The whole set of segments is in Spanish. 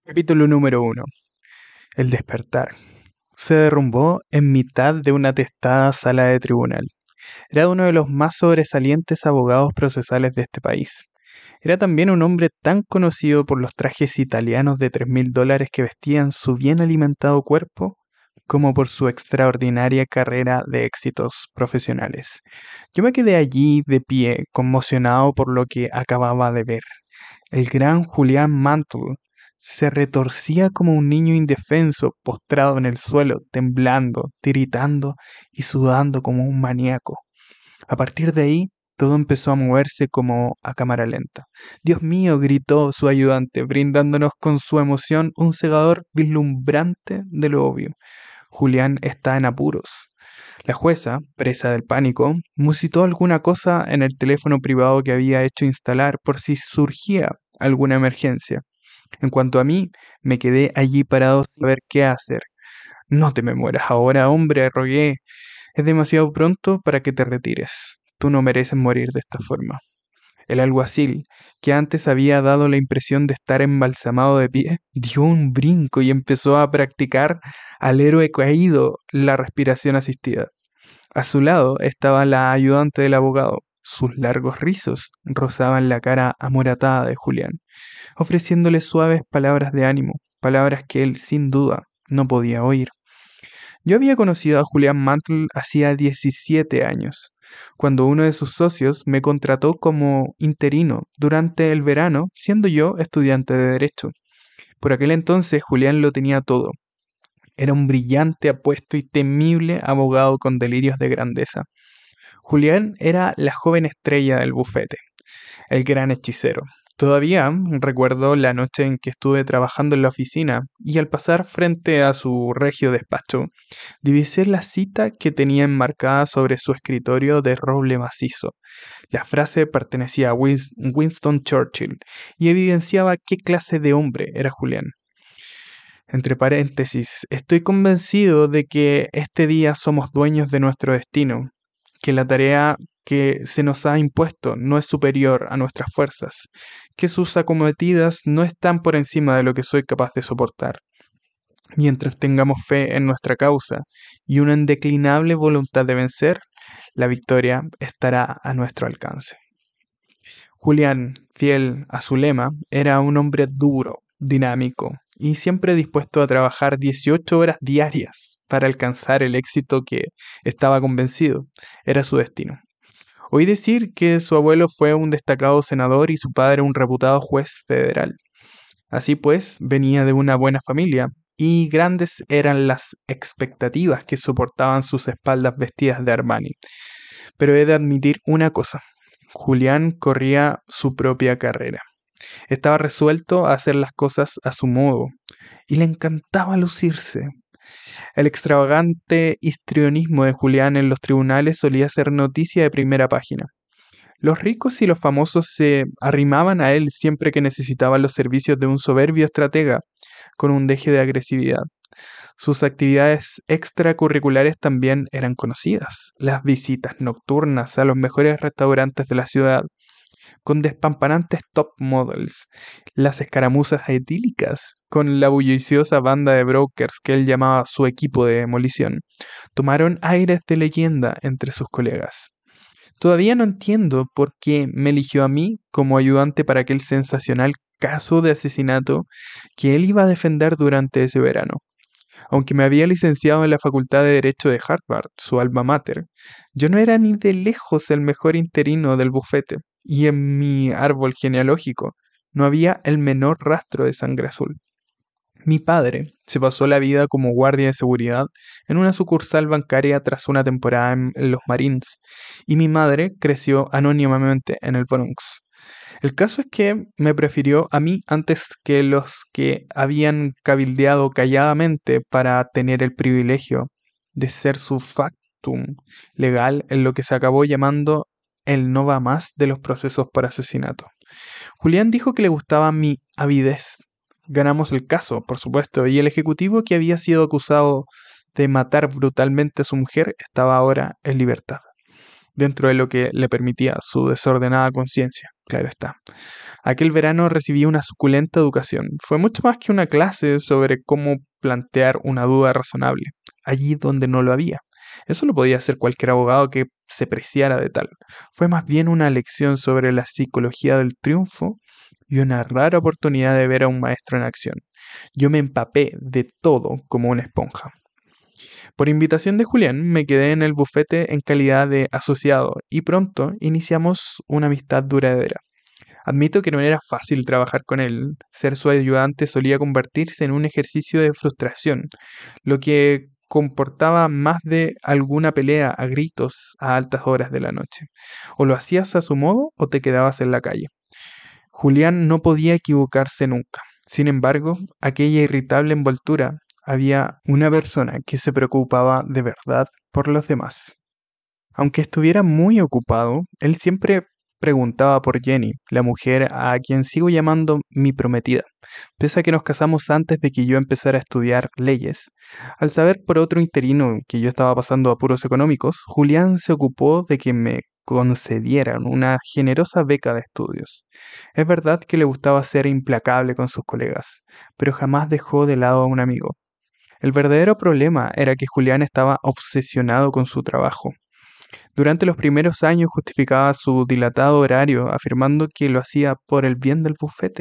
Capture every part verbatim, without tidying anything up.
Capítulo número uno. El despertar. Se derrumbó en mitad de una atestada sala de tribunal. Era uno de los más sobresalientes abogados procesales de este país. Era también un hombre tan conocido por los trajes italianos de tres mil dólares que vestían su bien alimentado cuerpo, como por su extraordinaria carrera de éxitos profesionales. Yo me quedé allí de pie, conmocionado por lo que acababa de ver. El gran Julián Mantle se retorcía como un niño indefenso, postrado en el suelo, temblando, tiritando y sudando como un maníaco. A partir de ahí, todo empezó a moverse como a cámara lenta. «Dios mío», gritó su ayudante, brindándonos con su emoción un cegador vislumbrante de lo obvio. Julián está en apuros. La jueza, presa del pánico, musitó alguna cosa en el teléfono privado que había hecho instalar por si surgía alguna emergencia. En cuanto a mí, me quedé allí parado sin saber qué hacer. «No te me mueras ahora, hombre», rogué. «Es demasiado pronto para que te retires. Tú no mereces morir de esta forma». El alguacil, que antes había dado la impresión de estar embalsamado de pie, dio un brinco y empezó a practicar al héroe caído la respiración asistida. A su lado estaba la ayudante del abogado. Sus largos rizos rozaban la cara amoratada de Julián, ofreciéndole suaves palabras de ánimo, palabras que él, sin duda, no podía oír. Yo había conocido a Julián Mantle hacía diecisiete años, cuando uno de sus socios me contrató como interino durante el verano, siendo yo estudiante de Derecho. Por aquel entonces Julián lo tenía todo. Era un brillante, apuesto y temible abogado con delirios de grandeza. Julián era la joven estrella del bufete, el gran hechicero. Todavía recuerdo la noche en que estuve trabajando en la oficina y al pasar frente a su regio despacho, divisé la cita que tenía enmarcada sobre su escritorio de roble macizo. La frase pertenecía a Winston Churchill y evidenciaba qué clase de hombre era Julián. Entre paréntesis, estoy convencido de que este día somos dueños de nuestro destino, que la tarea que se nos ha impuesto no es superior a nuestras fuerzas, que sus acometidas no están por encima de lo que soy capaz de soportar. Mientras tengamos fe en nuestra causa y una indeclinable voluntad de vencer, la victoria estará a nuestro alcance. Julián, fiel a su lema, era un hombre duro, dinámico y siempre dispuesto a trabajar dieciocho horas diarias para alcanzar el éxito que estaba convencido era su destino. Oí decir que su abuelo fue un destacado senador y su padre un reputado juez federal. Así pues, venía de una buena familia, y grandes eran las expectativas que soportaban sus espaldas vestidas de Armani. Pero he de admitir una cosa: Julián corría su propia carrera. Estaba resuelto a hacer las cosas a su modo, y le encantaba lucirse. El extravagante histrionismo de Julián en los tribunales solía ser noticia de primera página. Los ricos y los famosos se arrimaban a él siempre que necesitaban los servicios de un soberbio estratega con un deje de agresividad. Sus actividades extracurriculares también eran conocidas: las visitas nocturnas a los mejores restaurantes de la ciudad, con despampanantes top models, las escaramuzas etílicas con la bulliciosa banda de brokers que él llamaba su equipo de demolición, tomaron aires de leyenda entre sus colegas. Todavía no entiendo por qué me eligió a mí como ayudante para aquel sensacional caso de asesinato que él iba a defender durante ese verano. Aunque me había licenciado en la Facultad de Derecho de Harvard, su alma mater, yo no era ni de lejos el mejor interino del bufete, y en mi árbol genealógico no había el menor rastro de sangre azul. Mi padre se pasó la vida como guardia de seguridad en una sucursal bancaria tras una temporada en los Marines, y mi madre creció anónimamente en el Bronx. El caso es que me prefirió a mí antes que los que habían cabildeado calladamente para tener el privilegio de ser su factum legal en lo que se acabó llamando el no va más de los procesos por asesinato. Julián dijo que le gustaba mi avidez. Ganamos el caso, por supuesto, y el ejecutivo que había sido acusado de matar brutalmente a su mujer estaba ahora en libertad, dentro de lo que le permitía su desordenada conciencia. claro está. Aquel verano recibí una suculenta educación. Fue mucho más que una clase sobre cómo plantear una duda razonable, allí donde no lo había. Eso lo podía hacer cualquier abogado que se preciara de tal. Fue más bien una lección sobre la psicología del triunfo y una rara oportunidad de ver a un maestro en acción. Yo me empapé de todo como una esponja. Por invitación de Julián, me quedé en el bufete en calidad de asociado y pronto iniciamos una amistad duradera. Admito que no era fácil trabajar con él. Ser su ayudante solía convertirse en un ejercicio de frustración, lo que comportaba más de alguna pelea a gritos a altas horas de la noche. O lo hacías a su modo o te quedabas en la calle. Julián no podía equivocarse nunca. Sin embargo, aquella irritable envoltura había una persona que se preocupaba de verdad por los demás. Aunque estuviera muy ocupado, él siempre preguntaba por Jenny, la mujer a quien sigo llamando mi prometida, pese a que nos casamos antes de que yo empezara a estudiar leyes. Al saber por otro interino que yo estaba pasando apuros económicos, Julián se ocupó de que me concedieran una generosa beca de estudios. Es verdad que le gustaba ser implacable con sus colegas, pero jamás dejó de lado a un amigo. El verdadero problema era que Julián estaba obsesionado con su trabajo. Durante los primeros años justificaba su dilatado horario afirmando que lo hacía por el bien del bufete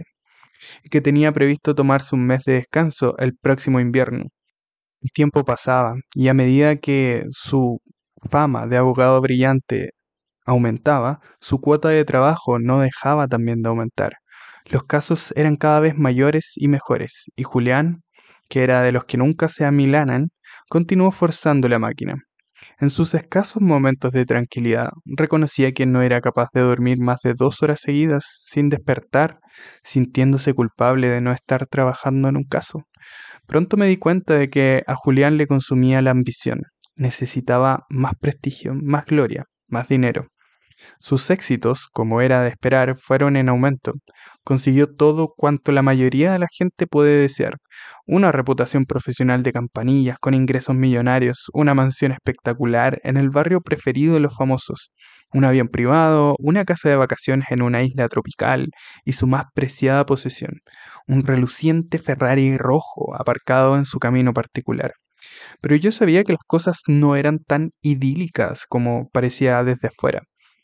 y que tenía previsto tomarse un mes de descanso el próximo invierno. El tiempo pasaba y a medida que su fama de abogado brillante aumentaba, su cuota de trabajo no dejaba también de aumentar. Los casos eran cada vez mayores y mejores, y Julián, que era de los que nunca se amilanan, continuó forzando la máquina. En sus escasos momentos de tranquilidad, reconocía que no era capaz de dormir más de dos horas seguidas sin despertar, sintiéndose culpable de no estar trabajando en un caso. Pronto me di cuenta de que a Julián le consumía la ambición. Necesitaba más prestigio, más gloria, más dinero. Sus éxitos, como era de esperar, fueron en aumento. Consiguió todo cuanto la mayoría de la gente puede desear. Una reputación profesional de campanillas, con ingresos millonarios, una mansión espectacular en el barrio preferido de los famosos, un avión privado, una casa de vacaciones en una isla tropical y su más preciada posesión, un reluciente Ferrari rojo aparcado en su camino particular. Pero yo sabía que las cosas no eran tan idílicas como parecía desde afuera.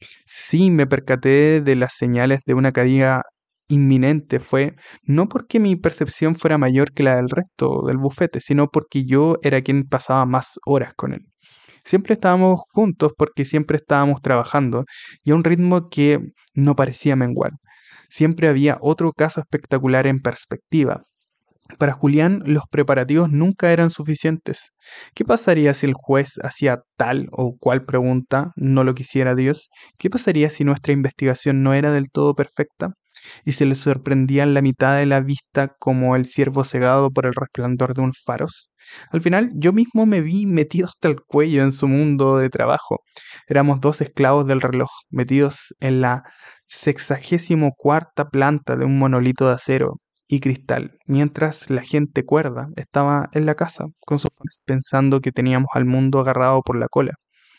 Sí, me percaté de las señales de una caída inminente. Fue no porque mi percepción fuera mayor que la del resto del bufete, sino porque yo era quien pasaba más horas con él. Siempre estábamos juntos porque siempre estábamos trabajando y a un ritmo que no parecía menguar. Siempre había otro caso espectacular en perspectiva. Para Julián, los preparativos nunca eran suficientes. ¿Qué pasaría si el juez hacía tal o cual pregunta, no lo quisiera Dios? ¿Qué pasaría si nuestra investigación no era del todo perfecta? ¿Y se le sorprendía en la mitad de la vista como el ciervo cegado por el resplandor de unos faros? Al final, yo mismo me vi metido hasta el cuello en su mundo de trabajo. Éramos dos esclavos del reloj, metidos en la sexagésimo cuarta planta de un monolito de acero y cristal, mientras la gente cuerda estaba en la casa con sus fans pensando que teníamos al mundo agarrado por la cola,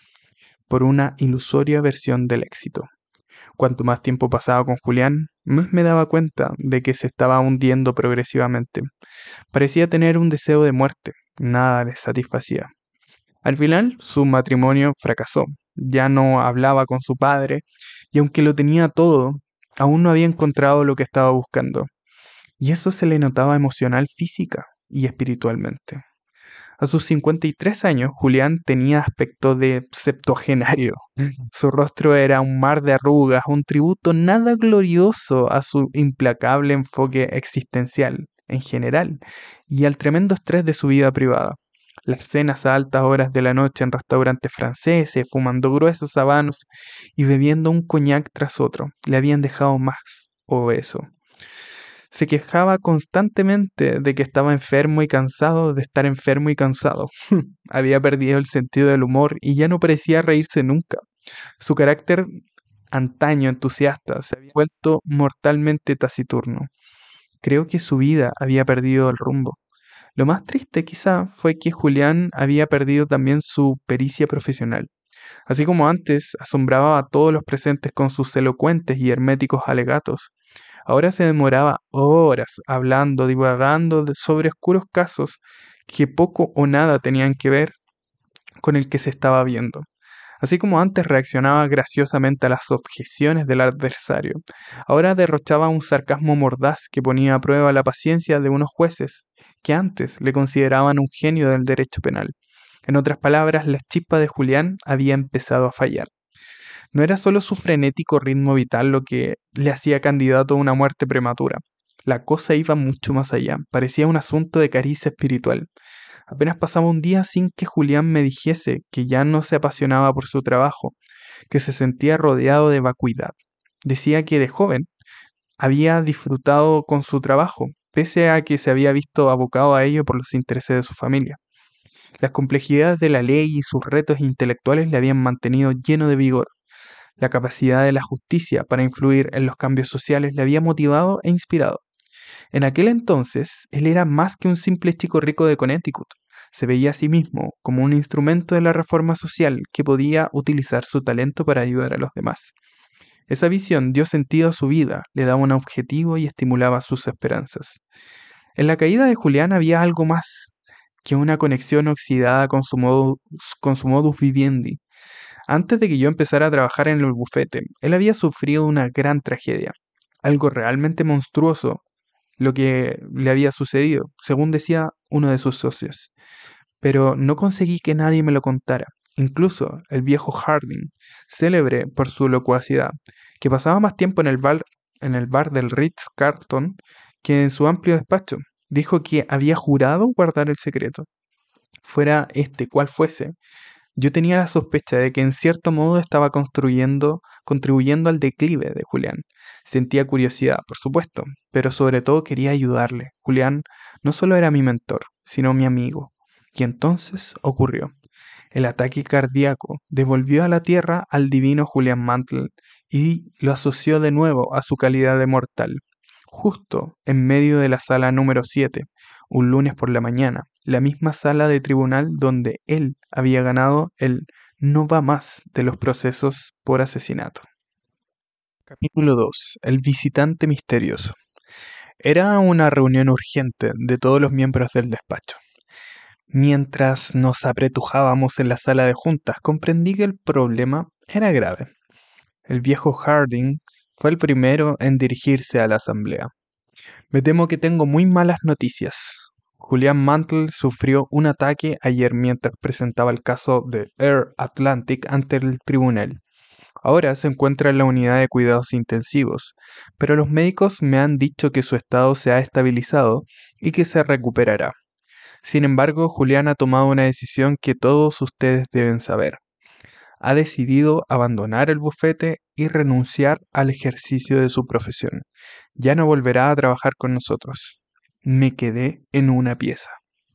por una ilusoria versión del éxito. Cuanto más tiempo pasaba con Julián, más me daba cuenta de que se estaba hundiendo progresivamente. Parecía tener un deseo de muerte, nada le satisfacía. Al final, su matrimonio fracasó. Ya no hablaba con su padre, y aunque lo tenía todo, aún no había encontrado lo que estaba buscando. Y eso se le notaba emocional, física y espiritualmente. A sus cincuenta y tres años, Julián tenía aspecto de septuagenario. Su rostro era un mar de arrugas, un tributo nada glorioso a su implacable enfoque existencial en general y al tremendo estrés de su vida privada. Las cenas a altas horas de la noche en restaurantes franceses, fumando gruesos habanos y bebiendo un coñac tras otro, le habían dejado más obeso. Se quejaba constantemente de que estaba enfermo y cansado de estar enfermo y cansado. Había perdido el sentido del humor y ya no parecía reírse nunca. Su carácter antaño entusiasta se había vuelto mortalmente taciturno. Creo que su vida había perdido el rumbo. Lo más triste quizá fue que Julián había perdido también su pericia profesional. Así como antes asombraba a todos los presentes con sus elocuentes y herméticos alegatos, ahora se demoraba horas hablando, divagando de- sobre oscuros casos que poco o nada tenían que ver con el que se estaba viendo. Así como antes reaccionaba graciosamente a las objeciones del adversario, ahora derrochaba un sarcasmo mordaz que ponía a prueba la paciencia de unos jueces que antes le consideraban un genio del derecho penal. En otras palabras, la chispa de Julián había empezado a fallar. No era solo su frenético ritmo vital lo que le hacía candidato a una muerte prematura. La cosa iba mucho más allá, parecía un asunto de caricia espiritual. Apenas pasaba un día sin que Julián me dijese que ya no se apasionaba por su trabajo, que se sentía rodeado de vacuidad. Decía que de joven había disfrutado con su trabajo, pese a que se había visto abocado a ello por los intereses de su familia. Las complejidades de la ley y sus retos intelectuales le habían mantenido lleno de vigor. La capacidad de la justicia para influir en los cambios sociales le había motivado e inspirado. En aquel entonces, él era más que un simple chico rico de Connecticut. Se veía a sí mismo como un instrumento de la reforma social que podía utilizar su talento para ayudar a los demás. Esa visión dio sentido a su vida, le daba un objetivo y estimulaba sus esperanzas. En la caída de Julián había algo más que una conexión oxidada con su modus, con su modus vivendi. Antes de que yo empezara a trabajar en el bufete, él había sufrido una gran tragedia, algo realmente monstruoso, lo que le había sucedido, según decía uno de sus socios. Pero no conseguí que nadie me lo contara. Incluso el viejo Harding, célebre por su locuacidad, que pasaba más tiempo en el bar, en el bar del Ritz-Carlton que en su amplio despacho, dijo que había jurado guardar el secreto. Fuera este cual fuese, yo tenía la sospecha de que en cierto modo estaba construyendo, contribuyendo al declive de Julián. Sentía curiosidad, por supuesto, pero sobre todo quería ayudarle. Julián no solo era mi mentor, sino mi amigo. Y entonces ocurrió. El ataque cardíaco devolvió a la tierra al divino Julián Mantle y lo asoció de nuevo a su calidad de mortal. Justo en medio de la sala número siete, un lunes por la mañana, la misma sala de tribunal donde él había ganado el no va más de los procesos por asesinato. Capítulo dos. El visitante misterioso. Era una reunión urgente de todos los miembros del despacho. Mientras nos apretujábamos en la sala de juntas, comprendí que el problema era grave. El viejo Harding fue el primero en dirigirse a la asamblea. Me temo que tengo muy malas noticias. Julián Mantle sufrió un ataque ayer mientras presentaba el caso de Air Atlantic ante el tribunal. Ahora se encuentra en la unidad de cuidados intensivos, pero los médicos me han dicho que su estado se ha estabilizado y que se recuperará. Sin embargo, Julián ha tomado una decisión que todos ustedes deben saber. Ha decidido abandonar el bufete y renunciar al ejercicio de su profesión. Ya no volverá a trabajar con nosotros. Me quedé en una pieza.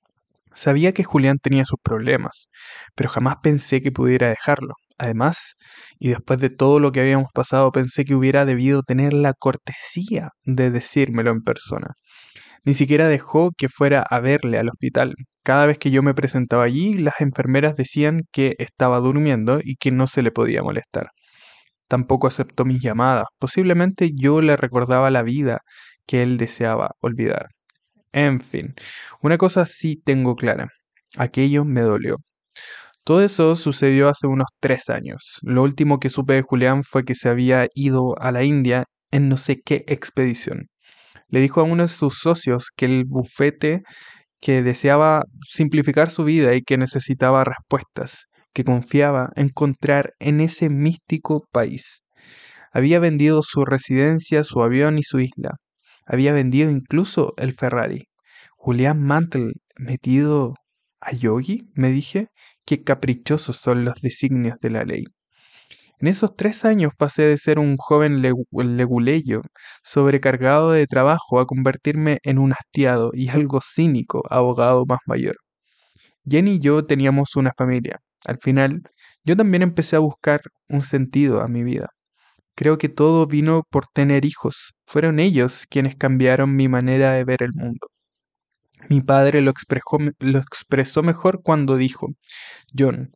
Sabía que Julián tenía sus problemas, pero jamás pensé que pudiera dejarlo. Además, y después de todo lo que habíamos pasado, pensé que hubiera debido tener la cortesía de decírmelo en persona. Ni siquiera dejó que fuera a verle al hospital. Cada vez que yo me presentaba allí, las enfermeras decían que estaba durmiendo y que no se le podía molestar. Tampoco aceptó mis llamadas. Posiblemente yo le recordaba la vida que él deseaba olvidar. En fin, una cosa sí tengo clara. Aquello me dolió. Todo eso sucedió hace unos tres años. Lo último que supe de Julián fue que se había ido a la India en no sé qué expedición. Le dijo a uno de sus socios que el bufete que deseaba simplificar su vida y que necesitaba respuestas, que confiaba encontrar en ese místico país. Había vendido su residencia, su avión y su isla. Había vendido incluso el Ferrari. Julián Mantle metido a Yogi, me dije, qué caprichosos son los designios de la ley. En esos tres años pasé de ser un joven legu- leguleyo, sobrecargado de trabajo, a convertirme en un hastiado y algo cínico abogado más mayor. Jenny y yo teníamos una familia. Al final, yo también empecé a buscar un sentido a mi vida. Creo que todo vino por tener hijos. Fueron ellos quienes cambiaron mi manera de ver el mundo. Mi padre lo expresó, lo expresó mejor cuando dijo: John,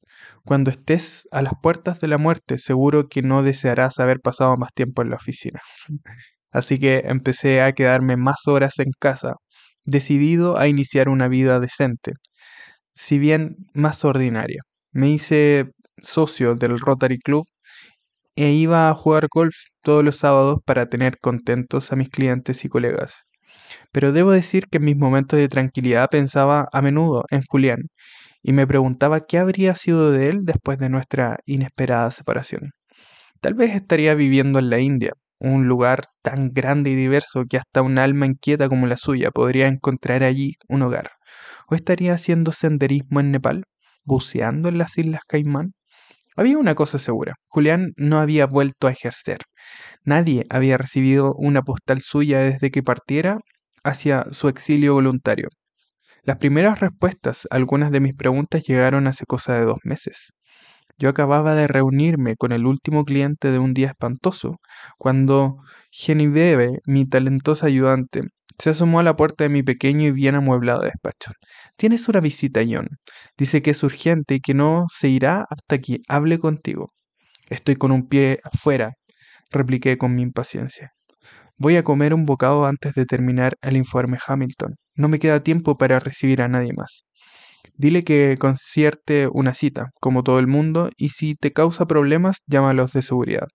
Cuando estés a las puertas de la muerte, seguro que no desearás haber pasado más tiempo en la oficina. Así que empecé a quedarme más horas en casa, decidido a iniciar una vida decente, si bien más ordinaria. Me hice socio del Rotary Club e iba a jugar golf todos los sábados para tener contentos a mis clientes y colegas. Pero debo decir que en mis momentos de tranquilidad pensaba a menudo en Julián y me preguntaba qué habría sido de él después de nuestra inesperada separación. Tal vez estaría viviendo en la India, un lugar tan grande y diverso que hasta un alma inquieta como la suya podría encontrar allí un hogar. ¿O estaría haciendo senderismo en Nepal, buceando en las Islas Caimán? Había una cosa segura, Julián no había vuelto a ejercer. Nadie había recibido una postal suya desde que partiera hacia su exilio voluntario. Las primeras respuestas a algunas de mis preguntas llegaron hace cosa de dos meses. Yo acababa de reunirme con el último cliente de un día espantoso, cuando Genevieve, mi talentosa ayudante, se asomó a la puerta de mi pequeño y bien amueblado despacho. Tienes una visita, John. Dice que es urgente y que no se irá hasta que hable contigo. Estoy con un pie afuera, repliqué con mi impaciencia. Voy a comer un bocado antes de terminar el informe Hamilton. No me queda tiempo para recibir a nadie más. Dile que concierte una cita, como todo el mundo, y si te causa problemas, llama a los de seguridad.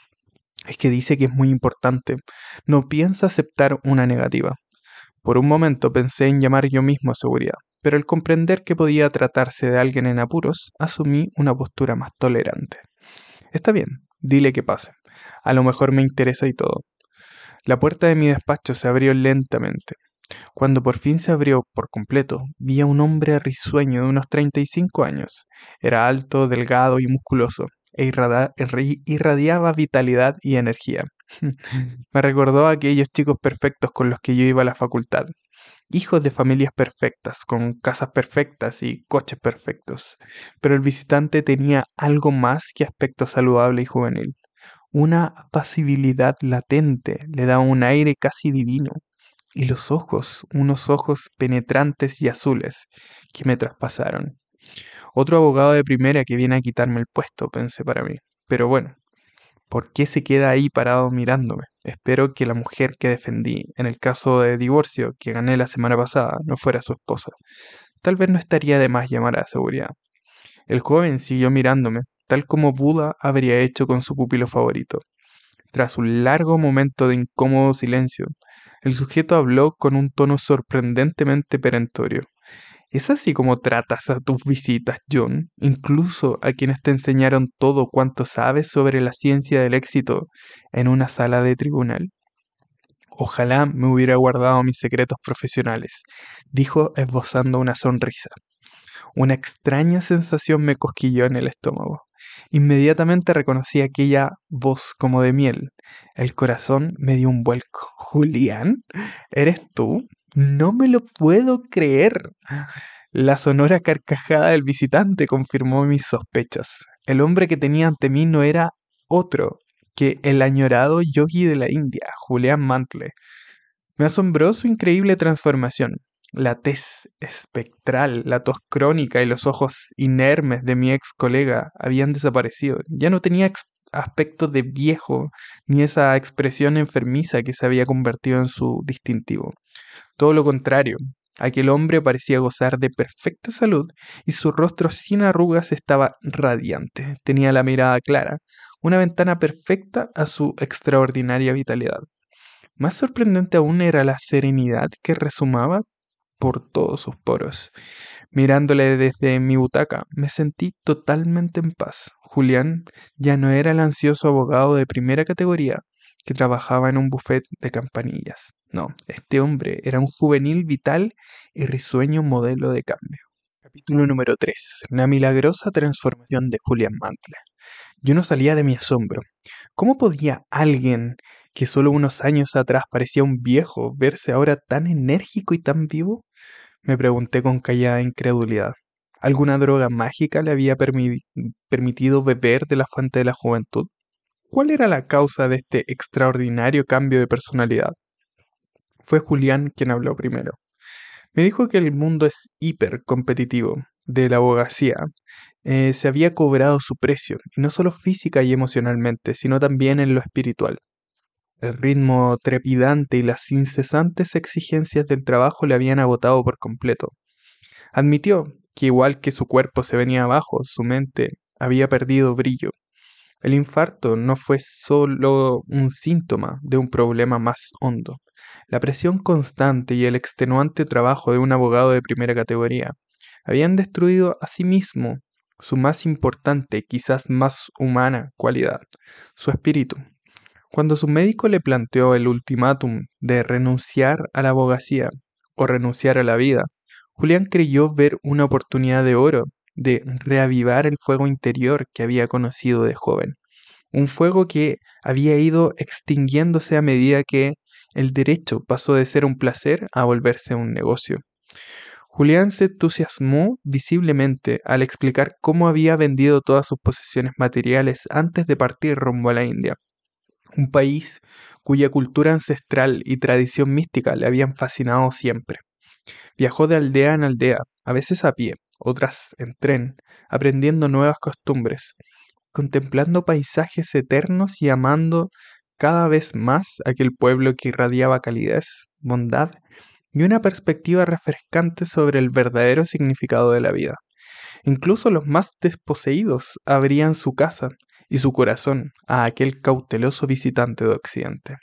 Es que dice que es muy importante. No piensa aceptar una negativa. Por un momento pensé en llamar yo mismo a seguridad, pero al comprender que podía tratarse de alguien en apuros, asumí una postura más tolerante. Está bien, dile que pase. A lo mejor me interesa y todo. La puerta de mi despacho se abrió lentamente. Cuando por fin se abrió por completo, vi a un hombre risueño de unos treinta y cinco años. Era alto, delgado y musculoso, e irrada- irri- irradiaba vitalidad y energía. Me recordó a aquellos chicos perfectos con los que yo iba a la facultad. Hijos de familias perfectas, con casas perfectas y coches perfectos. Pero el visitante tenía algo más que aspecto saludable y juvenil. Una apacibilidad latente le daba un aire casi divino. Y los ojos, unos ojos penetrantes y azules, que me traspasaron. Otro abogado de primera que viene a quitarme el puesto, pensé para mí. Pero bueno, ¿por qué se queda ahí parado mirándome? Espero que la mujer que defendí en el caso de divorcio que gané la semana pasada no fuera su esposa. Tal vez no estaría de más llamar a seguridad. El joven siguió mirándome, tal como Buda habría hecho con su pupilo favorito. Tras un largo momento de incómodo silencio, el sujeto habló con un tono sorprendentemente perentorio. ¿Es así como tratas a tus visitas, John? Incluso a quienes te enseñaron todo cuanto sabes sobre la ciencia del éxito en una sala de tribunal. Ojalá me hubiera guardado mis secretos profesionales, dijo esbozando una sonrisa. Una extraña sensación me cosquilló en el estómago. Inmediatamente reconocí aquella voz como de miel. El corazón me dio un vuelco. ¿Julián? ¿Eres tú? No me lo puedo creer. La sonora carcajada del visitante confirmó mis sospechas. El hombre que tenía ante mí no era otro que el añorado yogi de la India, Julián Mantle. Me asombró su increíble transformación. La tez espectral, la tos crónica y los ojos inermes de mi ex colega habían desaparecido. Ya no tenía ex- aspecto de viejo ni esa expresión enfermiza que se había convertido en su distintivo. Todo lo contrario, aquel hombre parecía gozar de perfecta salud y su rostro sin arrugas estaba radiante. Tenía la mirada clara, una ventana perfecta a su extraordinaria vitalidad. Más sorprendente aún era la serenidad que resumaba por todos sus poros. Mirándole desde mi butaca, me sentí totalmente en paz. Julián ya no era el ansioso abogado de primera categoría que trabajaba en un buffet de campanillas. No, este hombre era un juvenil vital y risueño modelo de cambio. Capítulo número tres. La milagrosa transformación de Julián Mantle. Yo no salía de mi asombro. ¿Cómo podía alguien que solo unos años atrás parecía un viejo verse ahora tan enérgico y tan vivo? Me pregunté con callada incredulidad. ¿Alguna droga mágica le había permi- permitido beber de la fuente de la juventud? ¿Cuál era la causa de este extraordinario cambio de personalidad? Fue Julián quien habló primero. Me dijo que el mundo es hiper competitivo, de la abogacía, eh, se había cobrado su precio, y no solo física y emocionalmente, sino también en lo espiritual. El ritmo trepidante y las incesantes exigencias del trabajo le habían agotado por completo. Admitió que igual que su cuerpo se venía abajo, su mente había perdido brillo. El infarto no fue solo un síntoma de un problema más hondo. La presión constante y el extenuante trabajo de un abogado de primera categoría habían destruido a sí mismo su más importante, quizás más humana cualidad, su espíritu. Cuando su médico le planteó el ultimátum de renunciar a la abogacía o renunciar a la vida, Julián creyó ver una oportunidad de oro de reavivar el fuego interior que había conocido de joven, un fuego que había ido extinguiéndose a medida que el derecho pasó de ser un placer a volverse un negocio. Julián se entusiasmó visiblemente al explicar cómo había vendido todas sus posesiones materiales antes de partir rumbo a la India, un país cuya cultura ancestral y tradición mística le habían fascinado siempre. Viajó de aldea en aldea, a veces a pie, otras en tren, aprendiendo nuevas costumbres, contemplando paisajes eternos y amando cada vez más aquel pueblo que irradiaba calidez, bondad y una perspectiva refrescante sobre el verdadero significado de la vida. Incluso los más desposeídos abrían su casa y su corazón a aquel cauteloso visitante de Occidente.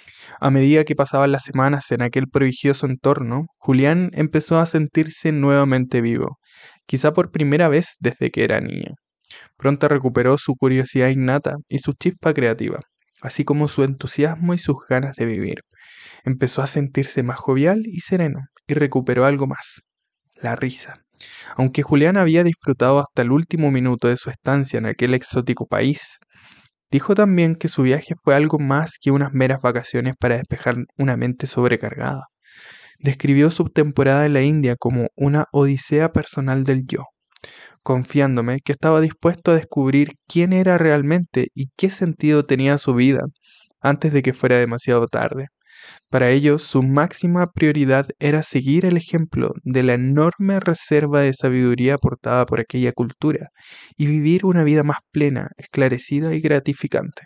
A medida que pasaban las semanas en aquel prodigioso entorno, Julián empezó a sentirse nuevamente vivo, quizá por primera vez desde que era niño. Pronto recuperó su curiosidad innata y su chispa creativa, así como su entusiasmo y sus ganas de vivir. Empezó a sentirse más jovial y sereno, y recuperó algo más, la risa. Aunque Julián había disfrutado hasta el último minuto de su estancia en aquel exótico país, dijo también que su viaje fue algo más que unas meras vacaciones para despejar una mente sobrecargada. Describió su temporada en la India como una odisea personal del yo, confiándome que estaba dispuesto a descubrir quién era realmente y qué sentido tenía su vida antes de que fuera demasiado tarde. Para ellos, su máxima prioridad era seguir el ejemplo de la enorme reserva de sabiduría aportada por aquella cultura y vivir una vida más plena, esclarecida y gratificante.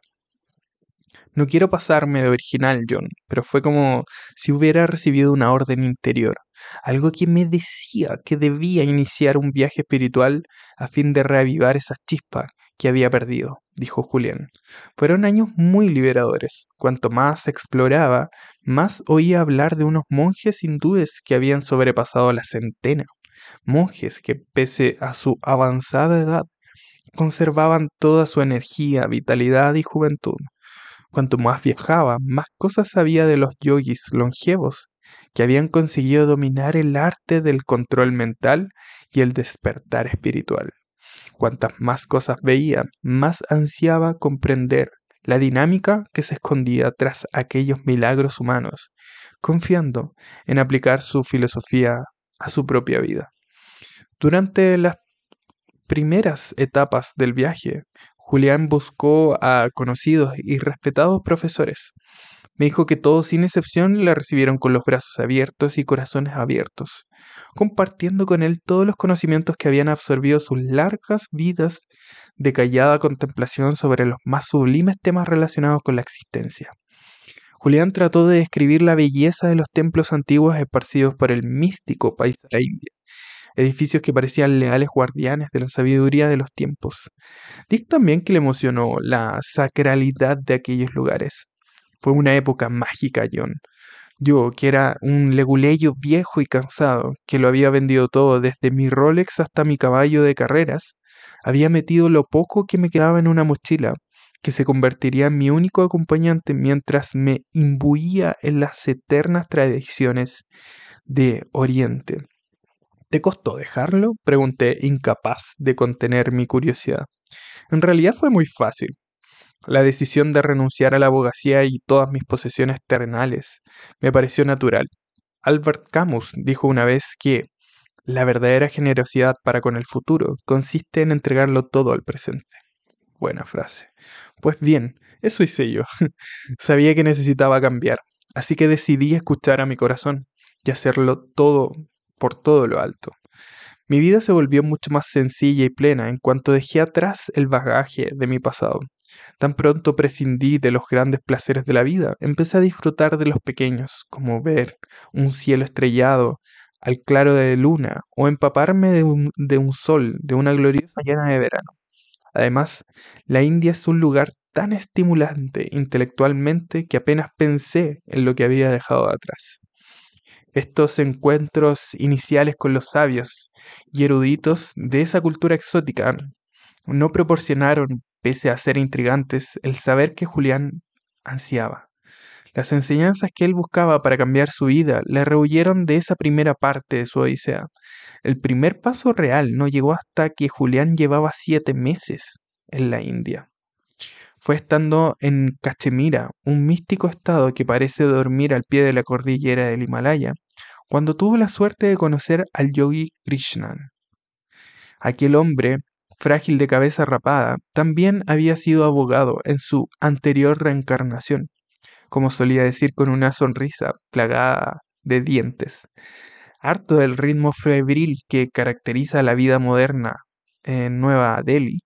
No quiero pasarme de original, John, pero fue como si hubiera recibido una orden interior, algo que me decía que debía iniciar un viaje espiritual a fin de reavivar esa chispa que había perdido, dijo Julián. Fueron años muy liberadores. Cuanto más exploraba, más oía hablar de unos monjes hindúes que habían sobrepasado la centena, monjes que, pese a su avanzada edad, conservaban toda su energía, vitalidad y juventud. Cuanto más viajaba, más cosas sabía de los yogis longevos, que habían conseguido dominar el arte del control mental y el despertar espiritual. Cuantas más cosas veía, más ansiaba comprender la dinámica que se escondía tras aquellos milagros humanos, confiando en aplicar su filosofía a su propia vida. Durante las primeras etapas del viaje, Julián buscó a conocidos y respetados profesores. Me dijo que todos sin excepción le recibieron con los brazos abiertos y corazones abiertos, compartiendo con él todos los conocimientos que habían absorbido sus largas vidas de callada contemplación sobre los más sublimes temas relacionados con la existencia. Julián trató de describir la belleza de los templos antiguos esparcidos por el místico país de la India, edificios que parecían leales guardianes de la sabiduría de los tiempos. Dick también que le emocionó la sacralidad de aquellos lugares. Fue una época mágica, John. Yo, que era un leguleyo viejo y cansado, que lo había vendido todo, desde mi Rolex hasta mi caballo de carreras, había metido lo poco que me quedaba en una mochila, que se convertiría en mi único acompañante mientras me imbuía en las eternas tradiciones de Oriente. ¿Te costó dejarlo?, pregunté, incapaz de contener mi curiosidad. En realidad fue muy fácil. La decisión de renunciar a la abogacía y todas mis posesiones terrenales me pareció natural. Albert Camus dijo una vez que la verdadera generosidad para con el futuro consiste en entregarlo todo al presente. Buena frase. Pues bien, eso hice yo. Sabía que necesitaba cambiar, así que decidí escuchar a mi corazón y hacerlo todo por todo lo alto. Mi vida se volvió mucho más sencilla y plena en cuanto dejé atrás el bagaje de mi pasado. Tan pronto prescindí de los grandes placeres de la vida, empecé a disfrutar de los pequeños, como ver un cielo estrellado al claro de luna o empaparme de un, de un sol, de una gloriosa mañana de verano. Además, la India es un lugar tan estimulante intelectualmente que apenas pensé en lo que había dejado atrás. Estos encuentros iniciales con los sabios y eruditos de esa cultura exótica no proporcionaron, pese a ser intrigantes, el saber que Julián ansiaba. Las enseñanzas que él buscaba para cambiar su vida le rehuyeron de esa primera parte de su odisea. El primer paso real no llegó hasta que Julián llevaba siete meses en la India. Fue estando en Cachemira, un místico estado que parece dormir al pie de la cordillera del Himalaya, cuando tuvo la suerte de conocer al yogi Krishnan. Aquel hombre, frágil de cabeza rapada, también había sido abogado en su anterior reencarnación, como solía decir con una sonrisa plagada de dientes. Harto del ritmo febril que caracteriza la vida moderna en Nueva Delhi,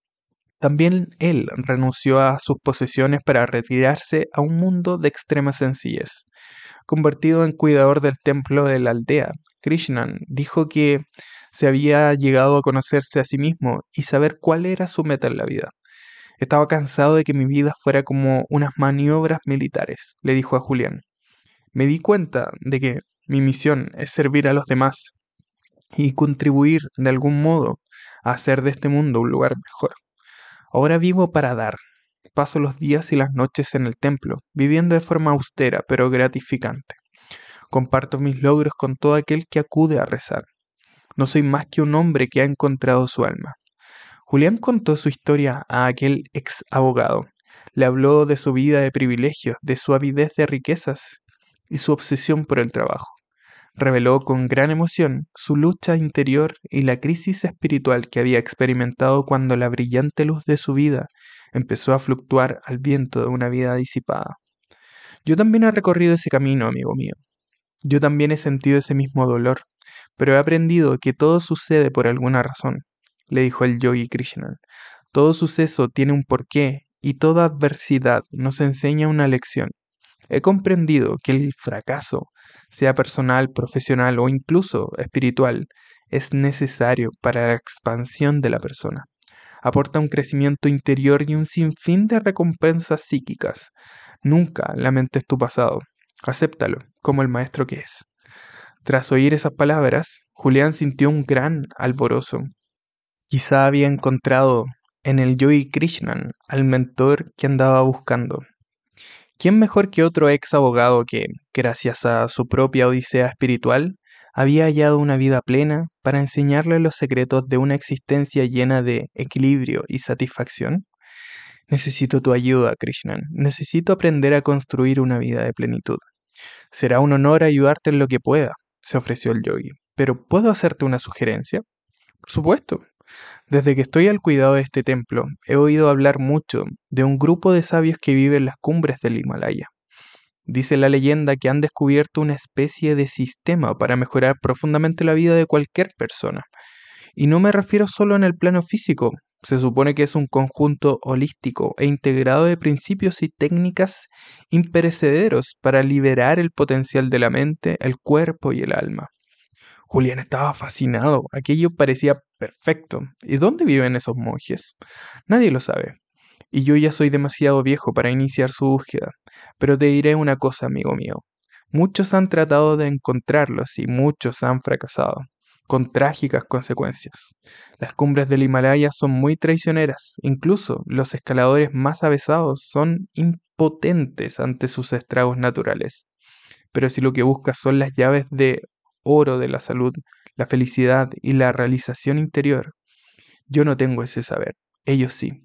también él renunció a sus posesiones para retirarse a un mundo de extrema sencillez. Convertido en cuidador del templo de la aldea, Krishnan dijo que se había llegado a conocerse a sí mismo y saber cuál era su meta en la vida. Estaba cansado de que mi vida fuera como unas maniobras militares, le dijo a Julián. Me di cuenta de que mi misión es servir a los demás y contribuir de algún modo a hacer de este mundo un lugar mejor. Ahora vivo para dar. Paso los días y las noches en el templo, viviendo de forma austera pero gratificante. Comparto mis logros con todo aquel que acude a rezar. No soy más que un hombre que ha encontrado su alma. Julián contó su historia a aquel ex abogado. Le habló de su vida de privilegios, de su avidez de riquezas y su obsesión por el trabajo. Reveló con gran emoción su lucha interior y la crisis espiritual que había experimentado cuando la brillante luz de su vida empezó a fluctuar al viento de una vida disipada. Yo también he recorrido ese camino, amigo mío. Yo también he sentido ese mismo dolor, pero he aprendido que todo sucede por alguna razón, le dijo el yogi Krishnan. Todo suceso tiene un porqué y toda adversidad nos enseña una lección. He comprendido que el fracaso, sea personal, profesional o incluso espiritual, es necesario para la expansión de la persona. Aporta un crecimiento interior y un sinfín de recompensas psíquicas. Nunca lamentes tu pasado. Acéptalo como el maestro que es. Tras oír esas palabras, Julián sintió un gran alborozo. Quizá había encontrado en el yogi Krishnan al mentor que andaba buscando. ¿Quién mejor que otro ex abogado que, gracias a su propia odisea espiritual, había hallado una vida plena para enseñarle los secretos de una existencia llena de equilibrio y satisfacción? Necesito tu ayuda, Krishnan. Necesito aprender a construir una vida de plenitud. Será un honor ayudarte en lo que pueda, se ofreció el yogi. ¿Pero puedo hacerte una sugerencia? Por supuesto. Desde que estoy al cuidado de este templo, he oído hablar mucho de un grupo de sabios que vive en las cumbres del Himalaya. Dice la leyenda que han descubierto una especie de sistema para mejorar profundamente la vida de cualquier persona. Y no me refiero solo en el plano físico. Se supone que es un conjunto holístico e integrado de principios y técnicas imperecederos para liberar el potencial de la mente, el cuerpo y el alma. Julián estaba fascinado. Aquello parecía perfecto. ¿Y dónde viven esos monjes? Nadie lo sabe. Y yo ya soy demasiado viejo para iniciar su búsqueda. Pero te diré una cosa, amigo mío. Muchos han tratado de encontrarlos y muchos han fracasado, con trágicas consecuencias. Las cumbres del Himalaya son muy traicioneras. Incluso los escaladores más avesados son impotentes ante sus estragos naturales. Pero si lo que buscas son las llaves de oro de la salud, la felicidad y la realización interior, yo no tengo ese saber. Ellos sí.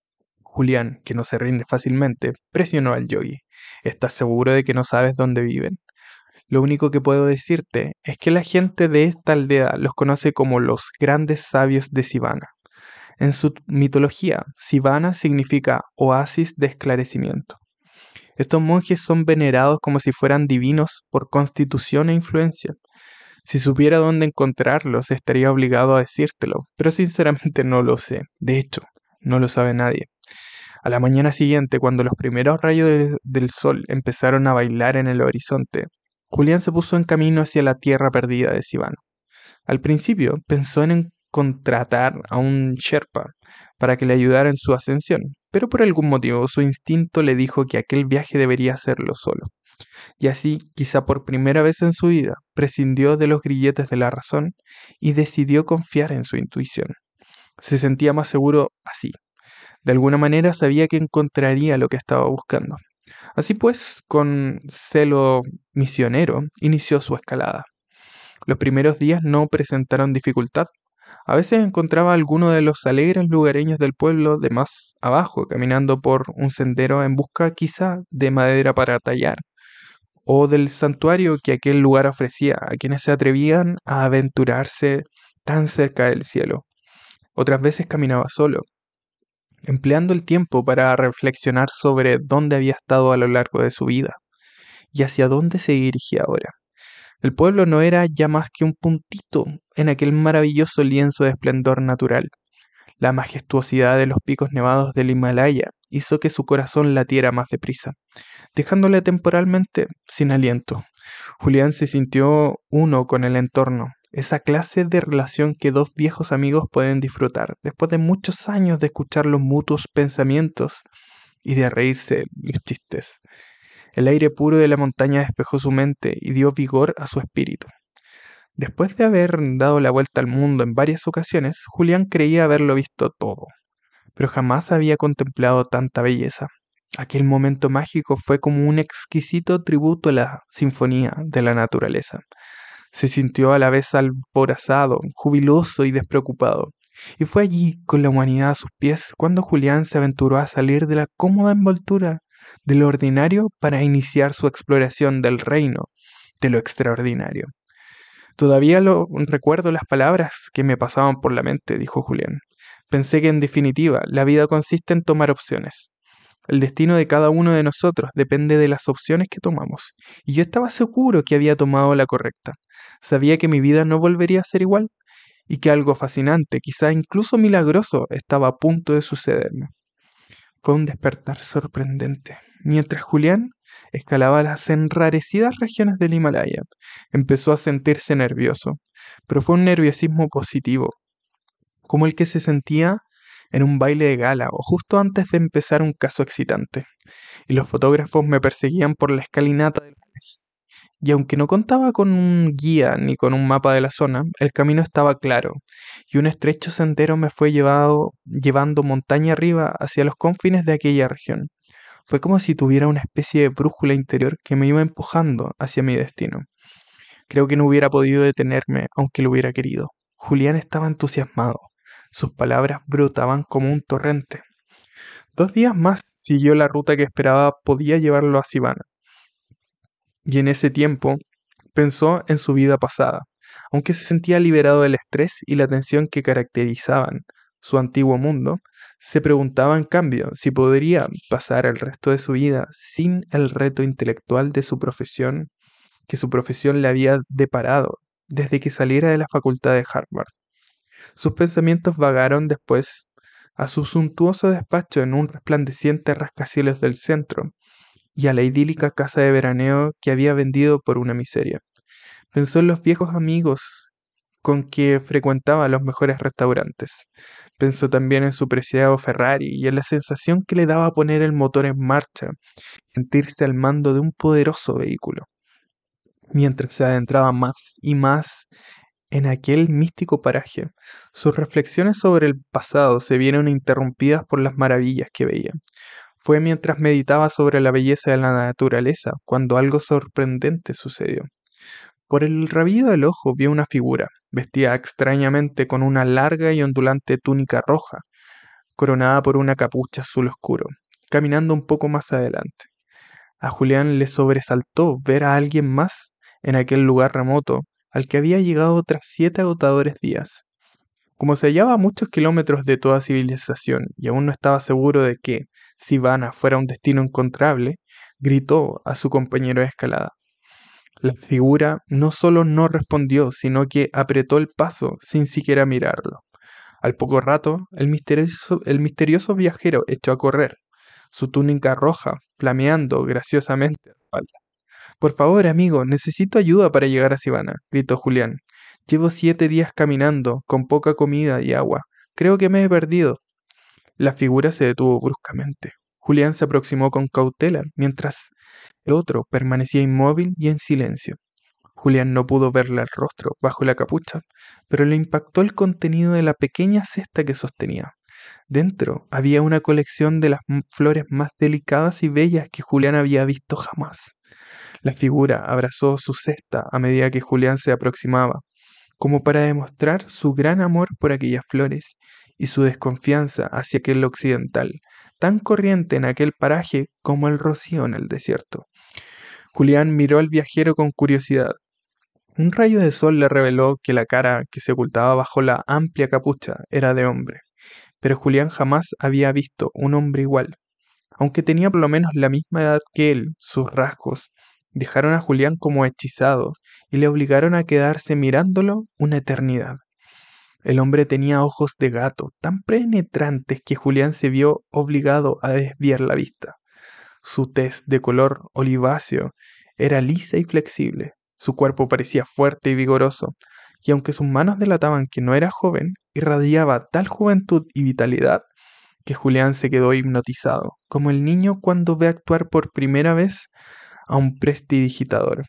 Julián, que no se rinde fácilmente, presionó al yogi. ¿Estás seguro de que no sabes dónde viven? Lo único que puedo decirte es que la gente de esta aldea los conoce como los grandes sabios de Sivana. En su mitología, Sivana significa oasis de esclarecimiento. Estos monjes son venerados como si fueran divinos por constitución e influencia. Si supiera dónde encontrarlos, estaría obligado a decírtelo, pero sinceramente no lo sé. De hecho, no lo sabe nadie. A la mañana siguiente, cuando los primeros rayos de- del sol empezaron a bailar en el horizonte, Julián se puso en camino hacia la tierra perdida de Sivano. Al principio pensó en en- contratar a un Sherpa para que le ayudara en su ascensión, pero por algún motivo su instinto le dijo que aquel viaje debería hacerlo solo. Y así, quizá por primera vez en su vida, prescindió de los grilletes de la razón y decidió confiar en su intuición. Se sentía más seguro así. De alguna manera sabía que encontraría lo que estaba buscando. Así pues, con celo misionero, inició su escalada. Los primeros días no presentaron dificultad. A veces encontraba a alguno de los alegres lugareños del pueblo de más abajo, caminando por un sendero en busca quizá de madera para tallar, o del santuario que aquel lugar ofrecía a quienes se atrevían a aventurarse tan cerca del cielo. Otras veces caminaba solo, empleando el tiempo para reflexionar sobre dónde había estado a lo largo de su vida y hacia dónde se dirigía ahora. El pueblo no era ya más que un puntito en aquel maravilloso lienzo de esplendor natural. La majestuosidad de los picos nevados del Himalaya hizo que su corazón latiera más deprisa, dejándole temporalmente sin aliento. Julián se sintió uno con el entorno, esa clase de relación que dos viejos amigos pueden disfrutar después de muchos años de escuchar los mutuos pensamientos y de reírse los chistes. El aire puro de la montaña despejó su mente y dio vigor a su espíritu. Después de haber dado la vuelta al mundo en varias ocasiones, Julián creía haberlo visto todo, pero jamás había contemplado tanta belleza. Aquel momento mágico fue como un exquisito tributo a la sinfonía de la naturaleza. Se sintió a la vez alborazado, jubiloso y despreocupado. Y fue allí, con la humanidad a sus pies, cuando Julián se aventuró a salir de la cómoda envoltura de lo ordinario para iniciar su exploración del reino de lo extraordinario. Todavía lo recuerdo las palabras que me pasaban por la mente, dijo Julián. Pensé que en definitiva la vida consiste en tomar opciones. El destino de cada uno de nosotros depende de las opciones que tomamos, y yo estaba seguro que había tomado la correcta. Sabía que mi vida no volvería a ser igual, y que algo fascinante, quizá incluso milagroso, estaba a punto de sucederme. Fue un despertar sorprendente. Mientras Julián escalaba las enrarecidas regiones del Himalaya, empezó a sentirse nervioso, pero fue un nerviosismo positivo, como el que se sentía en un baile de gala o justo antes de empezar un caso excitante, y los fotógrafos me perseguían por la escalinata del mes. Y aunque no contaba con un guía ni con un mapa de la zona, el camino estaba claro, y un estrecho sendero me fue llevado, llevando montaña arriba hacia los confines de aquella región. Fue como si tuviera una especie de brújula interior que me iba empujando hacia mi destino. Creo que no hubiera podido detenerme, aunque lo hubiera querido. Julián estaba entusiasmado. Sus palabras brotaban como un torrente. Dos días más siguió la ruta que esperaba podía llevarlo a Sivana. Y en ese tiempo pensó en su vida pasada, aunque se sentía liberado del estrés y la tensión que caracterizaban su antiguo mundo, se preguntaba en cambio si podría pasar el resto de su vida sin el reto intelectual de su profesión que su profesión le había deparado desde que saliera de la facultad de Harvard. Sus pensamientos vagaron después a su suntuoso despacho en un resplandeciente rascacielos del centro y a la idílica casa de veraneo que había vendido por una miseria. Pensó en los viejos amigos con que frecuentaba los mejores restaurantes. Pensó también en su preciado Ferrari y en la sensación que le daba poner el motor en marcha y sentirse al mando de un poderoso vehículo. Mientras se adentraba más y más en aquel místico paraje, sus reflexiones sobre el pasado se vieron interrumpidas por las maravillas que veía. Fue mientras meditaba sobre la belleza de la naturaleza cuando algo sorprendente sucedió. Por el rabillo del ojo vio una figura, vestida extrañamente con una larga y ondulante túnica roja, coronada por una capucha azul oscuro, caminando un poco más adelante. A Julián le sobresaltó ver a alguien más en aquel lugar remoto al que había llegado tras siete agotadores días. Como se hallaba a muchos kilómetros de toda civilización y aún no estaba seguro de que Sivana fuera un destino encontrable, gritó a su compañero de escalada. La figura no solo no respondió, sino que apretó el paso sin siquiera mirarlo. Al poco rato, el misterioso, el misterioso viajero echó a correr, su túnica roja flameando graciosamente a la espalda. Por favor, amigo, necesito ayuda para llegar a Sivana, gritó Julián. Llevo siete días caminando, con poca comida y agua. Creo que me he perdido. La figura se detuvo bruscamente. Julián se aproximó con cautela, mientras el otro permanecía inmóvil y en silencio. Julián no pudo verle el rostro bajo la capucha, pero le impactó el contenido de la pequeña cesta que sostenía. Dentro había una colección de las m- flores más delicadas y bellas que Julián había visto jamás. La figura abrazó su cesta a medida que Julián se aproximaba, como para demostrar su gran amor por aquellas flores y su desconfianza hacia aquel occidental, tan corriente en aquel paraje como el rocío en el desierto. Julián miró al viajero con curiosidad. Un rayo de sol le reveló que la cara que se ocultaba bajo la amplia capucha era de hombre, pero Julián jamás había visto un hombre igual. Aunque tenía por lo menos la misma edad que él, sus rasgos dejaron a Julián como hechizado y le obligaron a quedarse mirándolo una eternidad. El hombre tenía ojos de gato, tan penetrantes que Julián se vio obligado a desviar la vista. Su tez de color oliváceo era lisa y flexible. Su cuerpo parecía fuerte y vigoroso, y aunque sus manos delataban que no era joven, irradiaba tal juventud y vitalidad que Julián se quedó hipnotizado, como el niño cuando ve actuar por primera vez a un prestidigitador.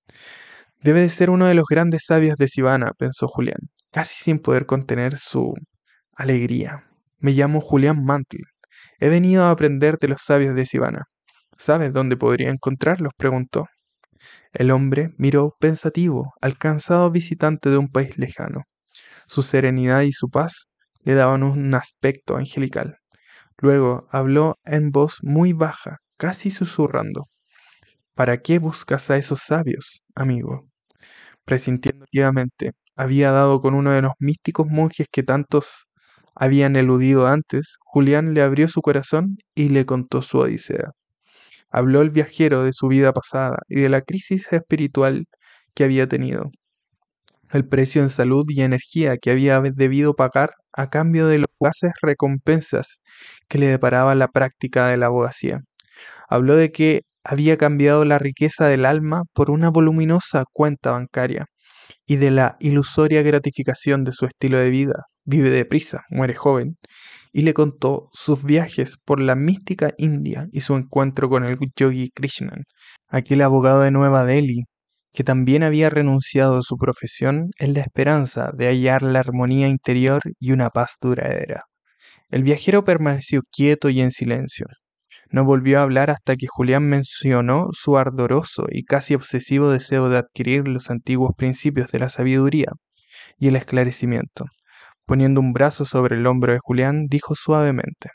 Debe de ser uno de los grandes sabios de Sivana, pensó Julián, casi sin poder contener su alegría. Me llamo Julián Mantle. He venido a aprender de los sabios de Sivana. ¿Sabes dónde podría encontrarlos?, preguntó. El hombre miró pensativo al cansado visitante de un país lejano. Su serenidad y su paz le daban un aspecto angelical. Luego habló en voz muy baja, casi susurrando. ¿Para qué buscas a esos sabios, amigo? Presintiendo activamente, había dado con uno de los místicos monjes que tantos habían eludido antes, Julián le abrió su corazón y le contó su odisea. Habló el viajero de su vida pasada y de la crisis espiritual que había tenido, el precio en salud y energía que había debido pagar a cambio de las fugaces recompensas que le deparaba la práctica de la abogacía. Habló de que había cambiado la riqueza del alma por una voluminosa cuenta bancaria y de la ilusoria gratificación de su estilo de vida. Vive deprisa, muere joven, y le contó sus viajes por la mística India y su encuentro con el yogi Krishnan, aquel abogado de Nueva Delhi, que también había renunciado a su profesión en la esperanza de hallar la armonía interior y una paz duradera. El viajero permaneció quieto y en silencio. No volvió a hablar hasta que Julián mencionó su ardoroso y casi obsesivo deseo de adquirir los antiguos principios de la sabiduría y el esclarecimiento. Poniendo un brazo sobre el hombro de Julián, dijo suavemente,